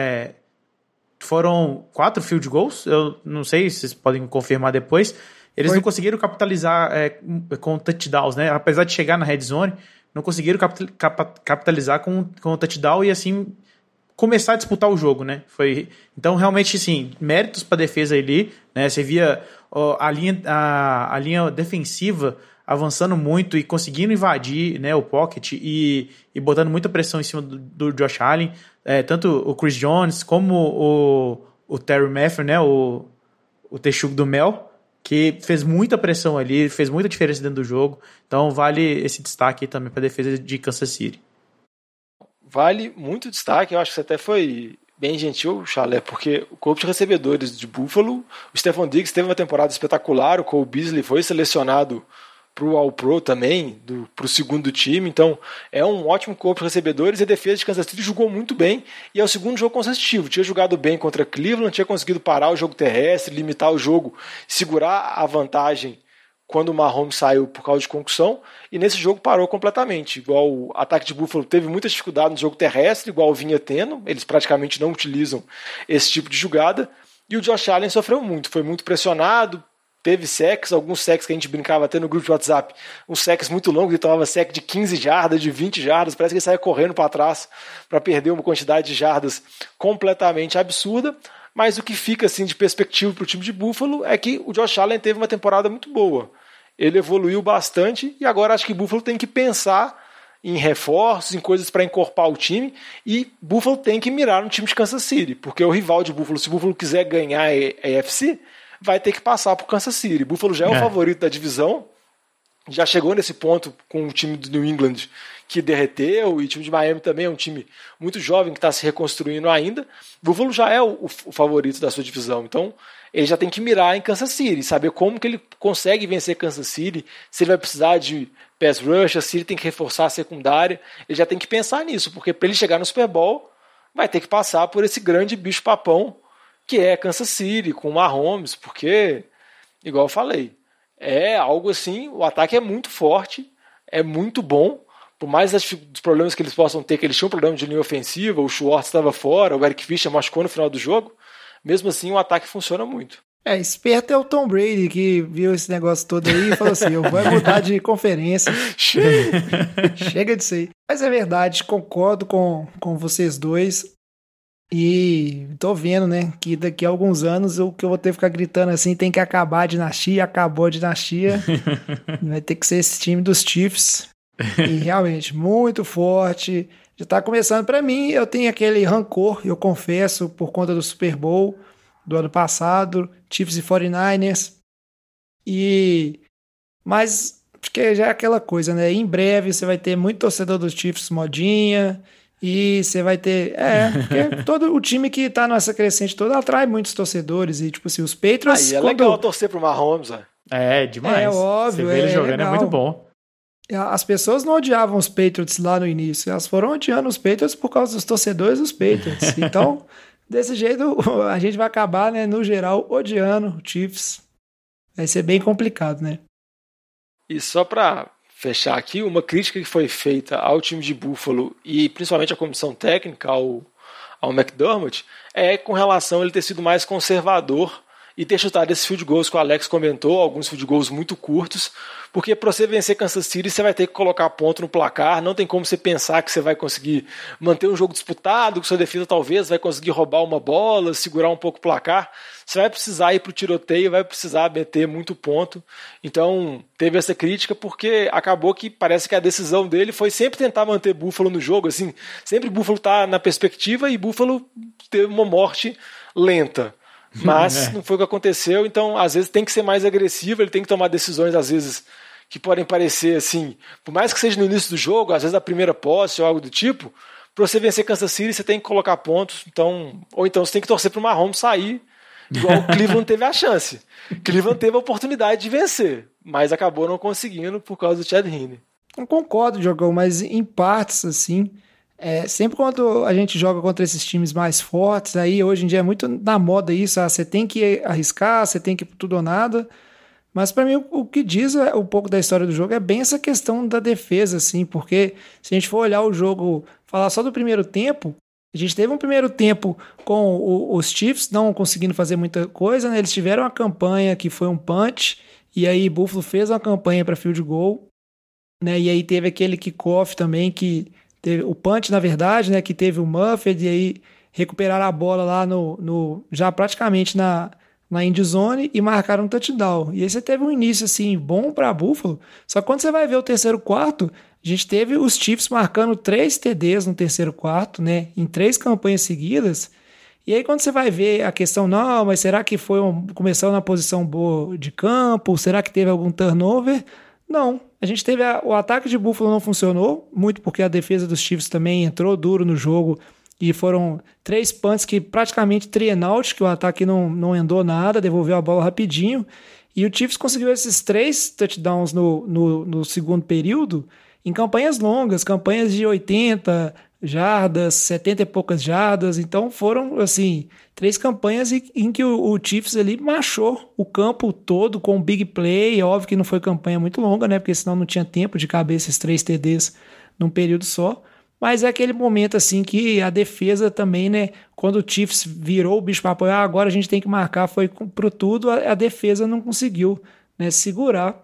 foram 4 field goals, eu não sei se vocês podem confirmar depois, eles não conseguiram capitalizar com touchdowns, né? Apesar de chegar na red zone, não conseguiram capitalizar com o touchdown e assim começar a disputar o jogo, né? Então, realmente, sim, méritos para a defesa ali, né? Você via a linha defensiva avançando muito e conseguindo invadir, né, o pocket e botando muita pressão em cima do Josh Allen, tanto o Chris Jones como o Terry Matthew, né, o Texugo do Mel, que fez muita pressão ali, fez muita diferença dentro do jogo. Então vale esse destaque também para a defesa de Kansas City. Vale muito destaque, eu acho que você até foi bem gentil, Chalé, porque o corpo de recebedores de Buffalo, o Stephon Diggs teve uma temporada espetacular, o Cole Beasley foi selecionado para o All-Pro também, para o segundo time, então é um ótimo corpo de recebedores e a defesa de Kansas City jogou muito bem e é o segundo jogo consecutivo, tinha jogado bem contra Cleveland, tinha conseguido parar o jogo terrestre, limitar o jogo, segurar a vantagem quando o Mahomes saiu por causa de concussão, e nesse jogo parou completamente, igual o ataque de Buffalo teve muita dificuldade no jogo terrestre, igual vinha tendo, eles praticamente não utilizam esse tipo de jogada, e o Josh Allen sofreu muito, foi muito pressionado, teve sacks, alguns sacks que a gente brincava até no grupo de WhatsApp, uns sacks muito longos, ele tomava sack de 15 jardas, de 20 jardas, parece que ele saia correndo para trás para perder uma quantidade de jardas completamente absurda, mas o que fica assim de perspectiva para o time de Buffalo é que o Josh Allen teve uma temporada muito boa, ele evoluiu bastante e agora acho que Buffalo tem que pensar em reforços, em coisas para encorpar o time, e Buffalo tem que mirar no time de Kansas City, porque o rival de Buffalo, se Buffalo quiser ganhar a AFC, vai ter que passar por Kansas City. Buffalo já é o favorito da divisão, já chegou nesse ponto com o time do New England que derreteu, e o time de Miami também é um time muito jovem que está se reconstruindo ainda. Buffalo já é o favorito da sua divisão, então ele já tem que mirar em Kansas City, saber como que ele consegue vencer Kansas City, se ele vai precisar de pass rush, se ele tem que reforçar a secundária, ele já tem que pensar nisso, porque para ele chegar no Super Bowl vai ter que passar por esse grande bicho-papão que é Kansas City, com o Mahomes, porque, igual eu falei, é algo assim, o ataque é muito forte, é muito bom, por mais dos problemas que eles possam ter, que eles tinham um problema de linha ofensiva, o Schwartz estava fora, o Eric Fischer machucou no final do jogo, mesmo assim o ataque funciona muito. Esperto é o Tom Brady, que viu esse negócio todo aí e falou assim, eu vou mudar de conferência. Chega disso aí. Mas é verdade, concordo com vocês dois. E tô vendo, né, que daqui a alguns anos o que eu vou ter que ficar gritando assim, tem que acabar a dinastia, acabou a dinastia. Vai ter que ser esse time dos Chiefs. E realmente, muito forte. Já tá começando pra mim, eu tenho aquele rancor, eu confesso, por conta do Super Bowl do ano passado, Chiefs e 49ers. Mas acho que já é aquela coisa, né? Em breve você vai ter muito torcedor dos Chiefs modinha. E você vai ter. Porque todo o time que tá nessa crescente toda atrai muitos torcedores. E, tipo assim, os Patriots. Aí é legal torcer pro Mahomes, ó. É, demais. É óbvio. Você vê ele jogando, legal. é muito bom. As pessoas não odiavam os Patriots lá no início. Elas foram odiando os Patriots por causa dos torcedores dos Patriots. Então, desse jeito, a gente vai acabar, né, no geral, odiando o Chiefs. Vai ser bem complicado, né? E só pra fechar aqui, uma crítica que foi feita ao time de Buffalo e principalmente à comissão técnica, ao McDermott, é com relação a ele ter sido mais conservador e ter chutado esses field goals que o Alex comentou, alguns field goals muito curtos, porque para você vencer Kansas City você vai ter que colocar ponto no placar, não tem como você pensar que você vai conseguir manter um jogo disputado, que sua defesa talvez vai conseguir roubar uma bola, segurar um pouco o placar, você vai precisar ir para o tiroteio, vai precisar meter muito ponto. Então teve essa crítica porque acabou que parece que a decisão dele foi sempre tentar manter Buffalo no jogo, assim, sempre Buffalo tá na perspectiva e Buffalo teve uma morte lenta. Mas não foi o que aconteceu, então às vezes tem que ser mais agressivo, ele tem que tomar decisões às vezes que podem parecer assim, por mais que seja no início do jogo, às vezes a primeira posse ou algo do tipo, para você vencer Kansas City você tem que colocar pontos, ou então você tem que torcer para o Mahomes sair, igual o Cleveland teve a chance. Cleveland teve a oportunidade de vencer, mas acabou não conseguindo por causa do Chad Henne. Eu concordo, Diogão, mas em partes, assim, sempre quando a gente joga contra esses times mais fortes, aí hoje em dia é muito na moda isso, você tem que arriscar, você tem que ir por tudo ou nada, mas para mim o que diz um pouco da história do jogo é bem essa questão da defesa, assim, porque se a gente for olhar o jogo, falar só do primeiro tempo, a gente teve um primeiro tempo com os Chiefs não conseguindo fazer muita coisa, né? Eles tiveram uma campanha que foi um punch, e aí Buffalo fez uma campanha para field goal, né? E aí teve aquele kickoff também que teve o punch, na verdade, né, que teve o Muffet, e aí recuperaram a bola lá já praticamente na end zone e marcaram um touchdown. E aí você teve um início assim bom para Buffalo, só que quando você vai ver o terceiro quarto, a gente teve os Chiefs marcando 3 TDs no terceiro quarto, né, em 3 campanhas seguidas. E aí quando você vai ver a questão, não, mas será que começou na posição boa de campo? Será que teve algum turnover? Não, a gente teve o ataque de Buffalo não funcionou, muito porque a defesa dos Chiefs também entrou duro no jogo e foram 3 punts que praticamente 3 and out, que o ataque não andou nada, devolveu a bola rapidinho, e o Chiefs conseguiu esses 3 touchdowns no segundo período em campanhas longas, campanhas de 80 jardas, 70 e poucas jardas, então foram assim 3 campanhas em que o Chiefs ali machou o campo todo com big play. Óbvio que não foi campanha muito longa, né, porque senão não tinha tempo de caber esses 3 TDs num período só, mas é aquele momento assim que a defesa também, né, quando o Chiefs virou o bicho para apoiar, agora a gente tem que marcar, foi pro tudo, a defesa não conseguiu, né, segurar.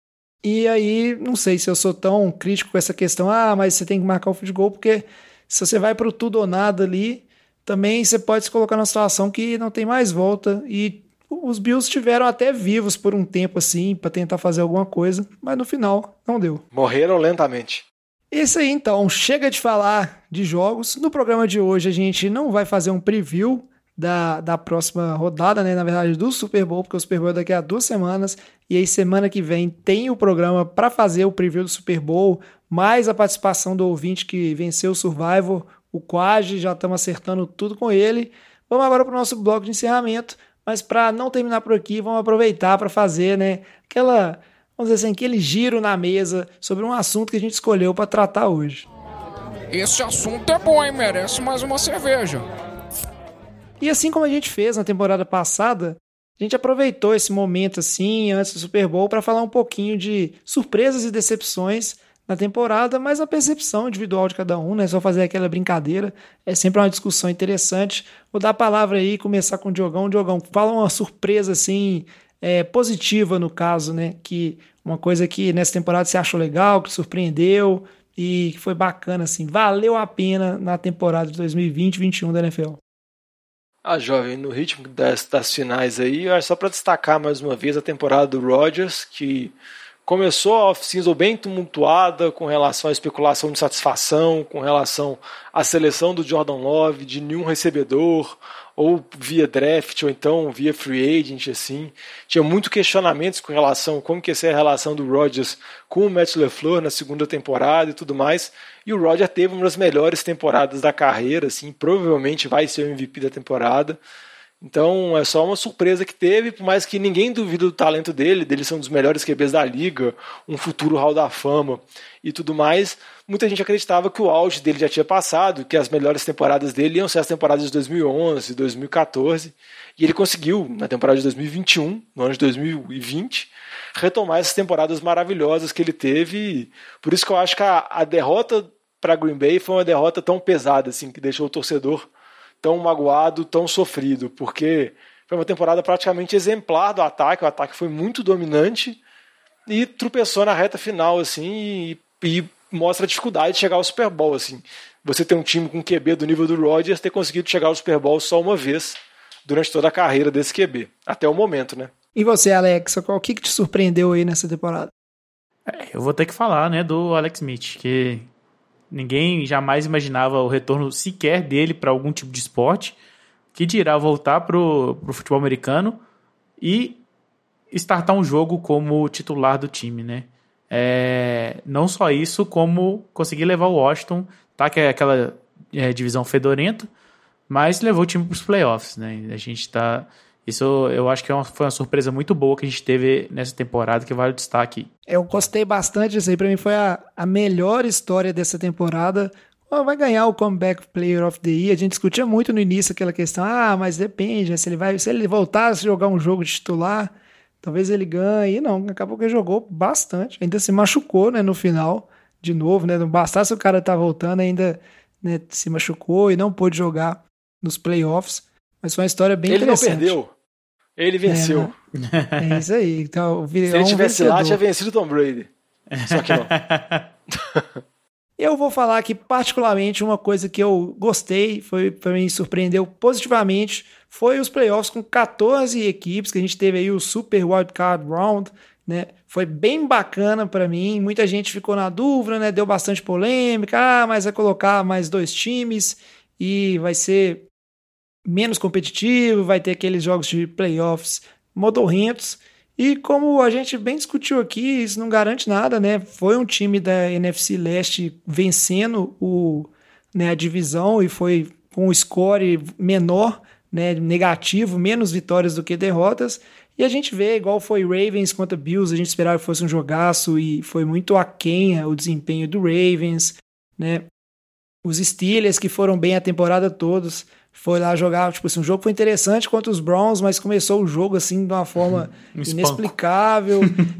E aí, não sei se eu sou tão crítico com essa questão, mas você tem que marcar o field goal, porque se você vai pro tudo ou nada ali, também você pode se colocar numa situação que não tem mais volta. E os Bills estiveram até vivos por um tempo assim, para tentar fazer alguma coisa, mas no final não deu. Morreram lentamente. Isso aí, então, chega de falar de jogos. No programa de hoje a gente não vai fazer um preview da próxima rodada, né? Na verdade, do Super Bowl, porque o Super Bowl é daqui a 2 semanas, e aí semana que vem tem o programa para fazer o preview do Super Bowl, mais a participação do ouvinte que venceu o Survivor, o Quad, já estamos acertando tudo com ele. Vamos agora para o nosso bloco de encerramento, mas para não terminar por aqui, vamos aproveitar para fazer, né, vamos dizer assim, aquele giro na mesa sobre um assunto que a gente escolheu para tratar hoje. Esse assunto é bom, hein? Merece mais uma cerveja. E assim como a gente fez na temporada passada, a gente aproveitou esse momento assim, antes do Super Bowl, para falar um pouquinho de surpresas e decepções na temporada, mas a percepção individual de cada um, né? Só fazer aquela brincadeira, é sempre uma discussão interessante. Vou dar a palavra aí, começar com o Diogão. Diogão, fala uma surpresa assim, positiva no caso, né? Que uma coisa que nessa temporada você achou legal, que surpreendeu e que foi bacana, assim, valeu a pena na temporada de 2020-21 da NFL. Jovem, no ritmo das finais aí, eu acho só para destacar mais uma vez a temporada do Rodgers, que começou a off-season bem tumultuada com relação à especulação de satisfação, com relação à seleção do Jordan Love, de nenhum recebedor, ou via draft, ou então via free agent, assim. Tinha muito questionamentos com relação a como que ia ser a relação do Rodgers com o Matt LaFleur na segunda temporada e tudo mais. E o Rodgers teve uma das melhores temporadas da carreira, assim, provavelmente vai ser o MVP da temporada. Então é só uma surpresa que teve, por mais que ninguém duvida do talento dele ser um dos melhores QBs da liga, um futuro Hall da Fama e tudo mais. Muita gente acreditava que o auge dele já tinha passado, que as melhores temporadas dele iam ser as temporadas de 2011, 2014, e ele conseguiu, na temporada de 2021, no ano de 2020, retomar essas temporadas maravilhosas que ele teve. Por isso que eu acho que a derrota para Green Bay foi uma derrota tão pesada, assim, que deixou o torcedor tão magoado, tão sofrido, porque foi uma temporada praticamente exemplar do ataque, o ataque foi muito dominante e tropeçou na reta final, assim, e mostra a dificuldade de chegar ao Super Bowl, assim. Você tem um time com QB do nível do Rodgers ter conseguido chegar ao Super Bowl só uma vez durante toda a carreira desse QB, até o momento, né? E você, Alex, o que te surpreendeu aí nessa temporada? Eu vou ter que falar, né, do Alex Smith, que ninguém jamais imaginava o retorno sequer dele para algum tipo de esporte, que dirá voltar pro futebol americano e startar um jogo como titular do time, né? Não só isso, como conseguir levar o Washington, tá, que é aquela divisão fedorenta, mas levou o time para os playoffs, né? A gente tá... Isso eu acho que foi uma surpresa muito boa que a gente teve nessa temporada, que vale o destaque. Eu gostei bastante, isso aí pra mim foi a melhor história dessa temporada. Vai ganhar o Comeback Player of the Year. A gente discutia muito no início aquela questão, mas depende, né? Se ele voltar a jogar um jogo de titular, talvez ele ganhe. E não, acabou que ele jogou bastante. Ainda se machucou, né, no final, de novo, né? Não bastasse o cara estar voltando, ainda, né, se machucou e não pôde jogar nos playoffs. Mas foi uma história bem interessante. Ele não perdeu. Ele venceu. É isso aí. Então, se ele tivesse lá, tinha vencido o Tom Brady. Só que não. Eu vou falar aqui particularmente uma coisa que eu gostei, para mim surpreendeu positivamente, foi os playoffs com 14 equipes, que a gente teve aí o Super Wild Card Round, né? Foi bem bacana para mim, muita gente ficou na dúvida, né? Deu bastante polêmica, mas vai colocar mais 2 times e vai ser menos competitivo, vai ter aqueles jogos de playoffs modorrentos, e como a gente bem discutiu aqui, isso não garante nada, né? Foi um time da NFC Leste vencendo a divisão e foi com um score menor, né, negativo, menos vitórias do que derrotas, e a gente vê, igual foi Ravens contra Bills, a gente esperava que fosse um jogaço e foi muito aquém o desempenho do Ravens, né? Os Steelers, que foram bem a temporada todos, foi lá jogar, tipo assim, o jogo foi interessante contra os Browns, mas começou o jogo assim de uma forma inexplicável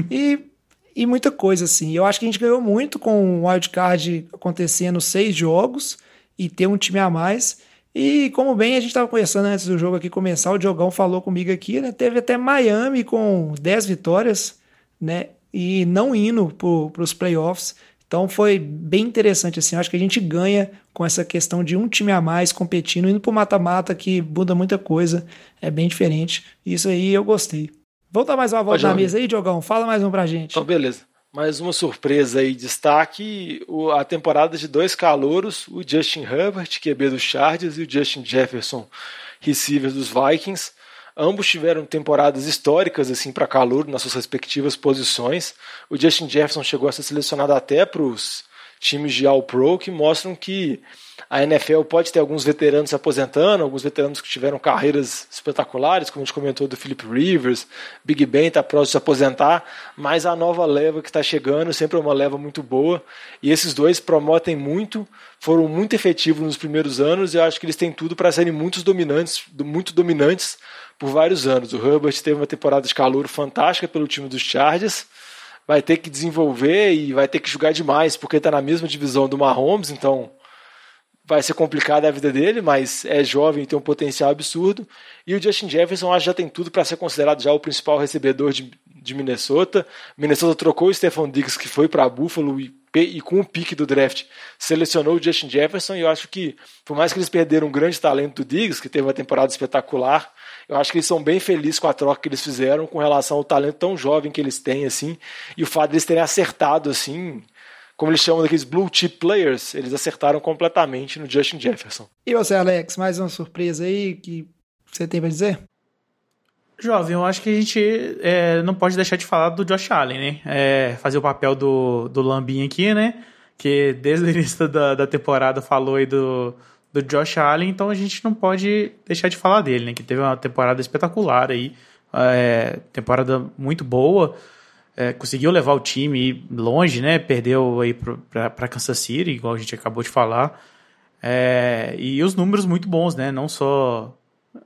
e muita coisa assim. Eu acho que a gente ganhou muito com o wildcard acontecendo 6 jogos e ter um time a mais. E como bem a gente estava conversando antes do jogo aqui começar, o Diogão falou comigo aqui, né? Teve até Miami com 10 vitórias, né? E não indo para os playoffs. Então foi bem interessante, assim, eu acho que a gente ganha com essa questão de um time a mais competindo, indo pro mata-mata, que muda muita coisa, é bem diferente. Isso aí eu gostei. Vamos dar mais uma volta na mesa aí, Diogão? Fala mais um pra gente. Então, beleza. Mais uma surpresa aí, destaque a temporada de 2 calouros, o Justin Herbert, QB dos Chargers, e o Justin Jefferson, receiver dos Vikings. Ambos tiveram temporadas históricas assim para calouro nas suas respectivas posições. O Justin Jefferson chegou a ser selecionado até para os times de All-Pro, que mostram que a NFL pode ter alguns veteranos se aposentando, alguns veteranos que tiveram carreiras espetaculares, como a gente comentou do Philip Rivers, Big Ben está próximo de se aposentar, mas a nova leva que está chegando sempre é uma leva muito boa, e esses dois prometem muito, foram muito efetivos nos primeiros anos, e eu acho que eles têm tudo para serem muito dominantes por vários anos. O Herbert teve uma temporada de calouro fantástica pelo time dos Chargers, vai ter que desenvolver e vai ter que jogar demais, porque está na mesma divisão do Mahomes, então vai ser complicada a vida dele, mas é jovem e tem um potencial absurdo. E o Justin Jefferson acho que já tem tudo para ser considerado já o principal recebedor de Minnesota. Minnesota trocou o Stephon Diggs, que foi para Buffalo, e e com o pique do draft, selecionou o Justin Jefferson, e eu acho que, por mais que eles perderam um grande talento do Diggs, que teve uma temporada espetacular, eu acho que eles são bem felizes com a troca que eles fizeram com relação ao talento tão jovem que eles têm, assim, e o fato de eles terem acertado, assim, como eles chamam daqueles blue chip players, eles acertaram completamente no Justin Jefferson. E você, Alex, mais uma surpresa aí que você tem pra dizer? Jovem, eu acho que a gente não pode deixar de falar do Josh Allen, né? Fazer o papel do Lambinho aqui, né? Que desde o início da temporada falou aí do Josh Allen, então a gente não pode deixar de falar dele, né? Que teve uma temporada espetacular aí, temporada muito boa, conseguiu levar o time longe, né? Perdeu aí para Kansas City, igual a gente acabou de falar, e os números muito bons, né? Não só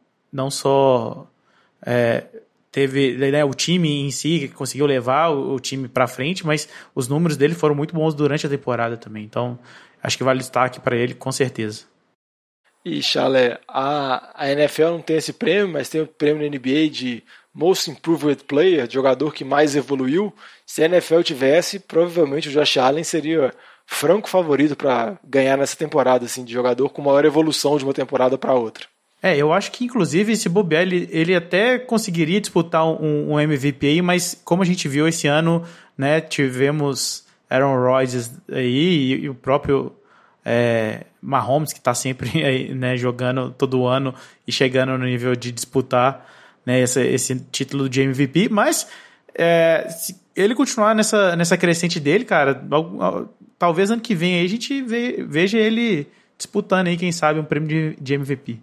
teve, né, o time em si que conseguiu levar o time para frente, mas os números dele foram muito bons durante a temporada também. Então, acho que vale destaque para ele, com certeza. E, Chalé, a NFL não tem esse prêmio, mas tem o prêmio na NBA de Most Improved Player, de jogador que mais evoluiu. Se a NFL tivesse, provavelmente o Josh Allen seria franco favorito para ganhar nessa temporada, assim, de jogador com maior evolução de uma temporada para outra. Eu acho que, inclusive, se bobear, ele até conseguiria disputar um MVP aí, mas como a gente viu esse ano, né, tivemos Aaron Rodgers aí e o próprio Mahomes, que está sempre aí, né, jogando todo ano e chegando no nível de disputar, né, esse título de MVP, mas se ele continuar nessa crescente dele, cara, talvez ano que vem aí a gente veja ele disputando aí, quem sabe, um prêmio de MVP.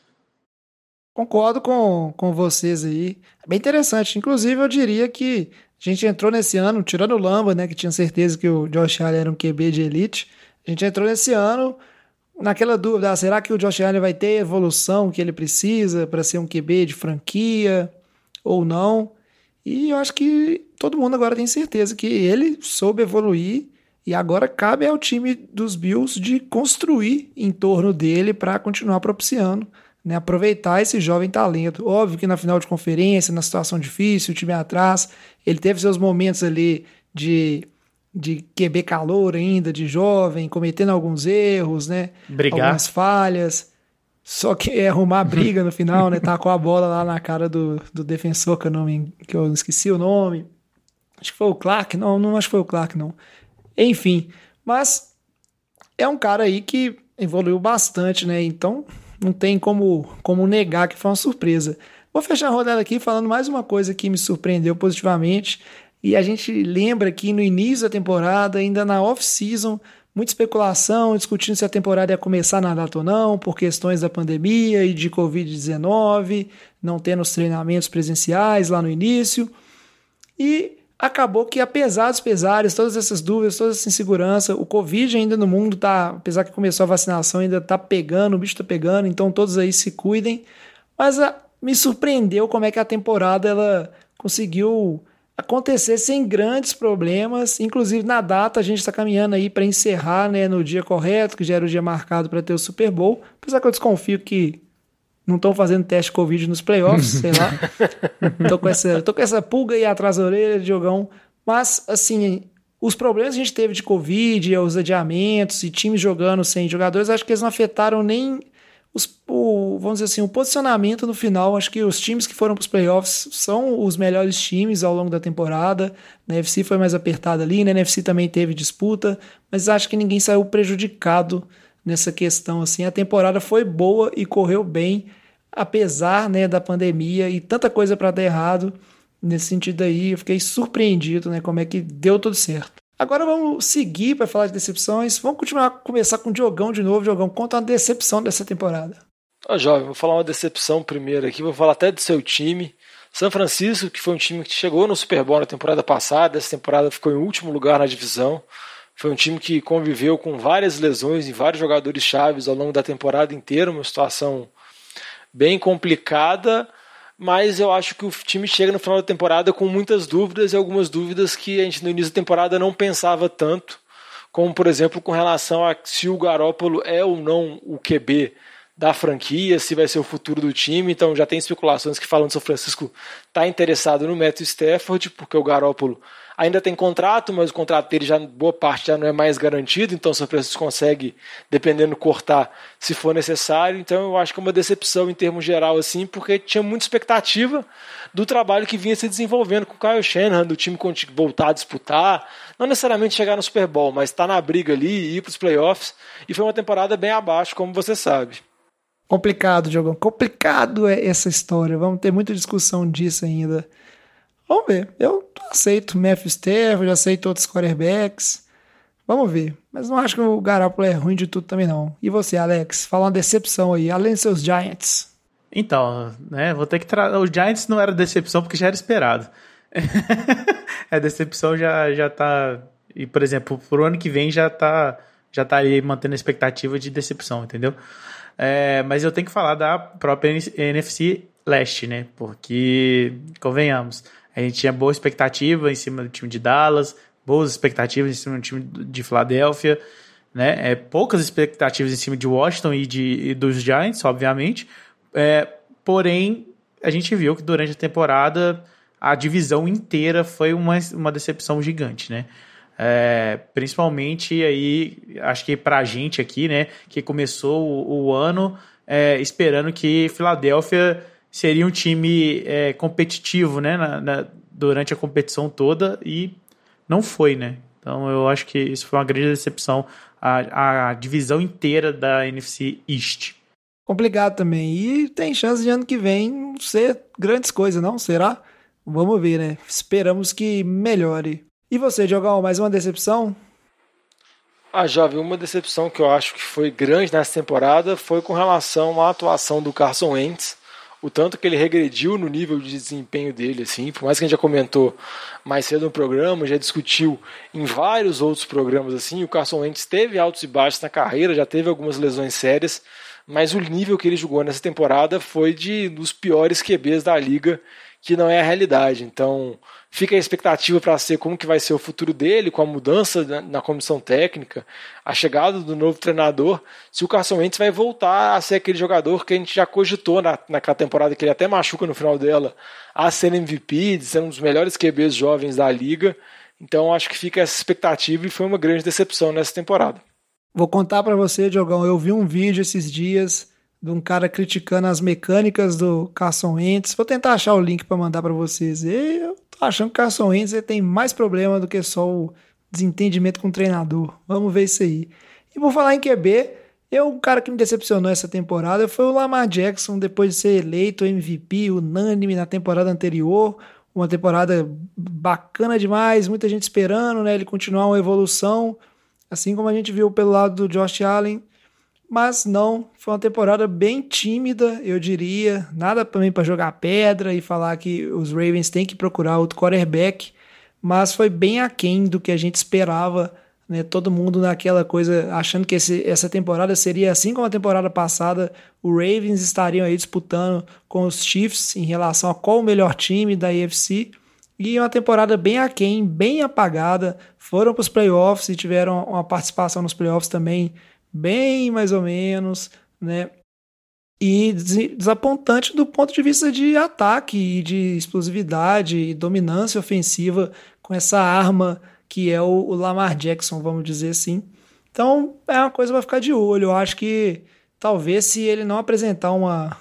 Concordo com vocês aí. É bem interessante. Inclusive, eu diria que a gente entrou nesse ano, tirando o Lamba, né, que tinha certeza que o Josh Allen era um QB de elite, a gente entrou nesse ano naquela dúvida, será que o Josh Allen vai ter a evolução que ele precisa para ser um QB de franquia ou não? E eu acho que todo mundo agora tem certeza que ele soube evoluir e agora cabe ao time dos Bills de construir em torno dele para continuar propiciando, né, aproveitar esse jovem talento. Óbvio que na final de conferência, na situação difícil, o time atrás, ele teve seus momentos ali de QB calor ainda, de jovem, cometendo alguns erros, né? Brigar. Algumas falhas. Só que arrumar briga no final, né? Tacou a bola lá na cara do defensor, que eu esqueci o nome. Acho que foi o Clark. Não acho que foi o Clark, não. Enfim, mas é um cara aí que evoluiu bastante, né? Então não tem como negar que foi uma surpresa. Vou fechar a rodada aqui falando mais uma coisa que me surpreendeu positivamente. E a gente lembra que no início da temporada, ainda na off-season, muita especulação, discutindo se a temporada ia começar na data ou não, por questões da pandemia e de Covid-19, não tendo os treinamentos presenciais lá no início. E acabou que, apesar dos pesares, todas essas dúvidas, toda essa insegurança, o Covid ainda no mundo tá, apesar que começou a vacinação, ainda tá pegando, o bicho tá pegando, então todos aí se cuidem. Mas me surpreendeu como é que a temporada ela conseguiu acontecer sem grandes problemas, inclusive na data a gente está caminhando aí para encerrar, né, no dia correto, que já era o dia marcado para ter o Super Bowl, apesar que eu desconfio que não estão fazendo teste Covid nos playoffs, sei lá. tô com essa pulga aí atrás da orelha, Diogão. Mas, assim, os problemas que a gente teve de Covid, os adiamentos e times jogando sem jogadores, acho que eles não afetaram nem vamos dizer assim, o posicionamento no final. Acho que os times que foram para os playoffs são os melhores times ao longo da temporada. Na NFC foi mais apertada ali, na NFC também teve disputa, mas acho que ninguém saiu prejudicado nessa questão, assim. A temporada foi boa e correu bem, apesar, né, da pandemia e tanta coisa para dar errado. Nesse sentido aí, eu fiquei surpreendido, né, como é que deu tudo certo. Agora vamos seguir para falar de decepções. Vamos começar com o Diogão de novo. Diogão, conta uma decepção dessa temporada. Jovem, vou falar uma decepção primeiro aqui. Vou falar até do seu time. São Francisco, que foi um time que chegou no Super Bowl na temporada passada. Essa temporada ficou em último lugar na divisão. Foi um time que conviveu com várias lesões e vários jogadores chaves ao longo da temporada inteira. Uma situação bem complicada. Mas eu acho que o time chega no final da temporada com muitas dúvidas e algumas dúvidas que a gente no início da temporada não pensava tanto, como por exemplo com relação a se o Garoppolo é ou não o QB da franquia, se vai ser o futuro do time. Então já tem especulações que falam que o São Francisco está interessado no Matthew Stafford, porque o Garoppolo, ainda tem contrato, mas o contrato dele já, boa parte já não é mais garantido, então o São Francisco consegue, dependendo, cortar se for necessário. Então eu acho que é uma decepção em termos geral, assim, porque tinha muita expectativa do trabalho que vinha se desenvolvendo com o Kyle Shanahan, do time voltar a disputar, não necessariamente chegar no Super Bowl, mas estar na briga ali e ir para os playoffs, e foi uma temporada bem abaixo, como você sabe. Complicado, Diogão. Complicado é essa história. Vamos ter muita discussão disso ainda. Vamos ver. Eu aceito Matthew Stafford, aceito outros quarterbacks. Vamos ver. Mas não acho que o Garoppolo é ruim de tudo também, não. E você, Alex? Fala uma decepção aí, além dos seus Giants. Então, né, vou ter que os Giants não era decepção porque já era esperado. A decepção já tá... E, por exemplo, pro ano que vem já tá aí mantendo a expectativa de decepção, entendeu? Mas eu tenho que falar da própria NFC Leste, né? Porque, convenhamos, a gente tinha boa expectativa em cima do time de Dallas, boas expectativas em cima do time de Filadélfia, né? Poucas expectativas em cima de Washington e dos Giants, obviamente. Porém, a gente viu que durante a temporada a divisão inteira foi uma decepção gigante, né? Principalmente aí, acho que pra gente aqui, né, que começou o ano esperando que Filadélfia seria um time competitivo, né, durante a competição toda, e não foi, né? Então eu acho que isso foi uma grande decepção, a divisão inteira da NFC East. Complicado também, e tem chance de ano que vem ser grandes coisas, não? Será? Vamos ver, né? Esperamos que melhore. E você, Diogão, mais uma decepção? Jovem, uma decepção que eu acho que foi grande nessa temporada foi com relação à atuação do Carson Wentz, o tanto que ele regrediu no nível de desempenho dele, assim, por mais que a gente já comentou mais cedo no programa, já discutiu em vários outros programas, assim, o Carson Wentz teve altos e baixos na carreira, já teve algumas lesões sérias, mas o nível que ele jogou nessa temporada foi dos piores QBs da liga, que não é a realidade. Então fica a expectativa para ser como que vai ser o futuro dele, com a mudança na comissão técnica, a chegada do novo treinador, se o Carson Wentz vai voltar a ser aquele jogador que a gente já cogitou naquela temporada, que ele até machuca no final dela, a ser MVP, de ser um dos melhores QBs jovens da liga. Então acho que fica essa expectativa, e foi uma grande decepção nessa temporada. Vou contar para você, Diogão, eu vi um vídeo esses dias de um cara criticando as mecânicas do Carson Wentz. Vou tentar achar o link para mandar para vocês. Eu tô achando que o Carson Wentz tem mais problema do que só o desentendimento com o treinador. Vamos ver isso aí. E por falar em QB, um cara que me decepcionou essa temporada foi o Lamar Jackson, depois de ser eleito MVP unânime na temporada anterior. Uma temporada bacana demais, muita gente esperando, né, ele continuar uma evolução, assim como a gente viu pelo lado do Josh Allen. Mas não, foi uma temporada bem tímida, eu diria. Nada também para jogar pedra e falar que os Ravens têm que procurar outro quarterback, mas foi bem aquém do que a gente esperava, né? Todo mundo naquela coisa, achando que essa temporada seria assim como a temporada passada, o Ravens estariam aí disputando com os Chiefs em relação a qual o melhor time da AFC. E uma temporada bem aquém, bem apagada. Foram para os playoffs e tiveram uma participação nos playoffs também bem mais ou menos, né? E desapontante do ponto de vista de ataque e de explosividade e dominância ofensiva com essa arma que é o Lamar Jackson, vamos dizer assim. Então é uma coisa para ficar de olho. Eu acho que talvez, se ele não apresentar uma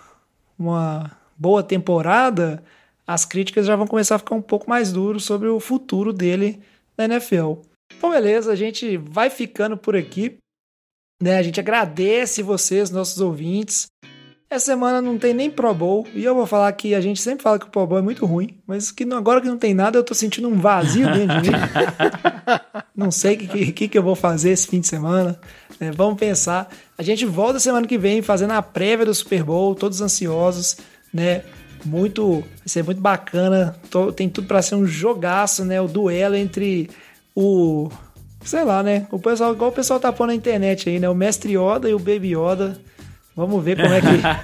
boa temporada, as críticas já vão começar a ficar um pouco mais duras sobre o futuro dele na NFL. Então beleza, a gente vai ficando por aqui, né? A gente agradece vocês, nossos ouvintes. Essa semana não tem nem Pro Bowl, e eu vou falar que a gente sempre fala que o Pro Bowl é muito ruim, mas que agora que não tem nada, eu tô sentindo um vazio dentro de mim. Não sei o que eu vou fazer esse fim de semana, né? Vamos pensar. A gente volta semana que vem fazendo a prévia do Super Bowl, todos ansiosos, né? Vai ser muito bacana. Tem tudo para ser um jogaço, né? O duelo entre sei lá, né? Igual o pessoal tá pondo na internet aí, né? O Mestre Yoda e o Baby Yoda. Vamos ver como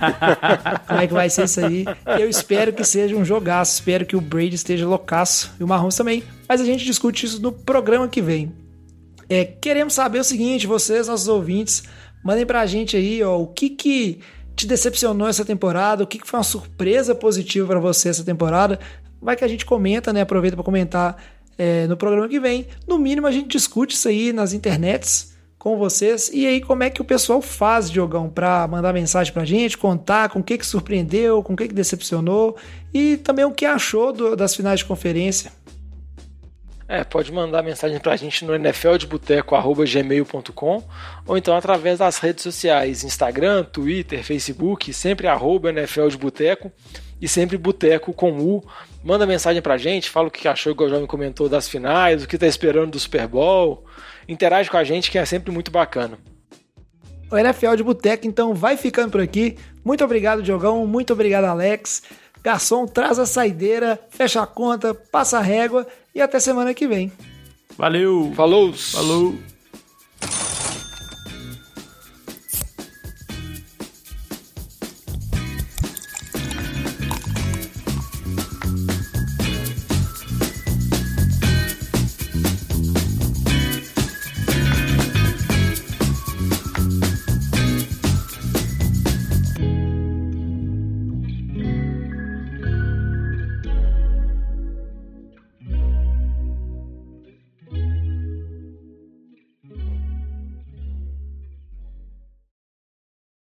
é que vai ser isso aí. Eu espero que seja um jogaço. Espero que o Brady esteja loucaço. E o Mahomes também. Mas a gente discute isso no programa que vem. Queremos saber o seguinte, vocês, nossos ouvintes, mandem pra gente aí, ó, o que te decepcionou essa temporada, o que foi uma surpresa positiva pra você essa temporada. Vai que a gente comenta, né? Aproveita pra comentar no programa que vem. No mínimo, a gente discute isso aí nas internets com vocês. E aí, como é que o pessoal faz, Diogão, para mandar mensagem pra gente, contar com o que surpreendeu, com o que decepcionou e também o que achou das finais de conferência. Pode mandar mensagem pra gente no nfldeboteco@gmail.com ou então através das redes sociais, Instagram, Twitter, Facebook, sempre @nfldeboteco e sempre boteco com U. Manda mensagem pra gente, fala o que achou, igual o Jovem comentou, das finais, o que tá esperando do Super Bowl. Interage com a gente, que é sempre muito bacana. O NFL de Boteco, então, vai ficando por aqui. Muito obrigado, Diogão. Muito obrigado, Alex. Garçom, traz a saideira, fecha a conta, passa a régua e até semana que vem. Valeu! Falou! Falou!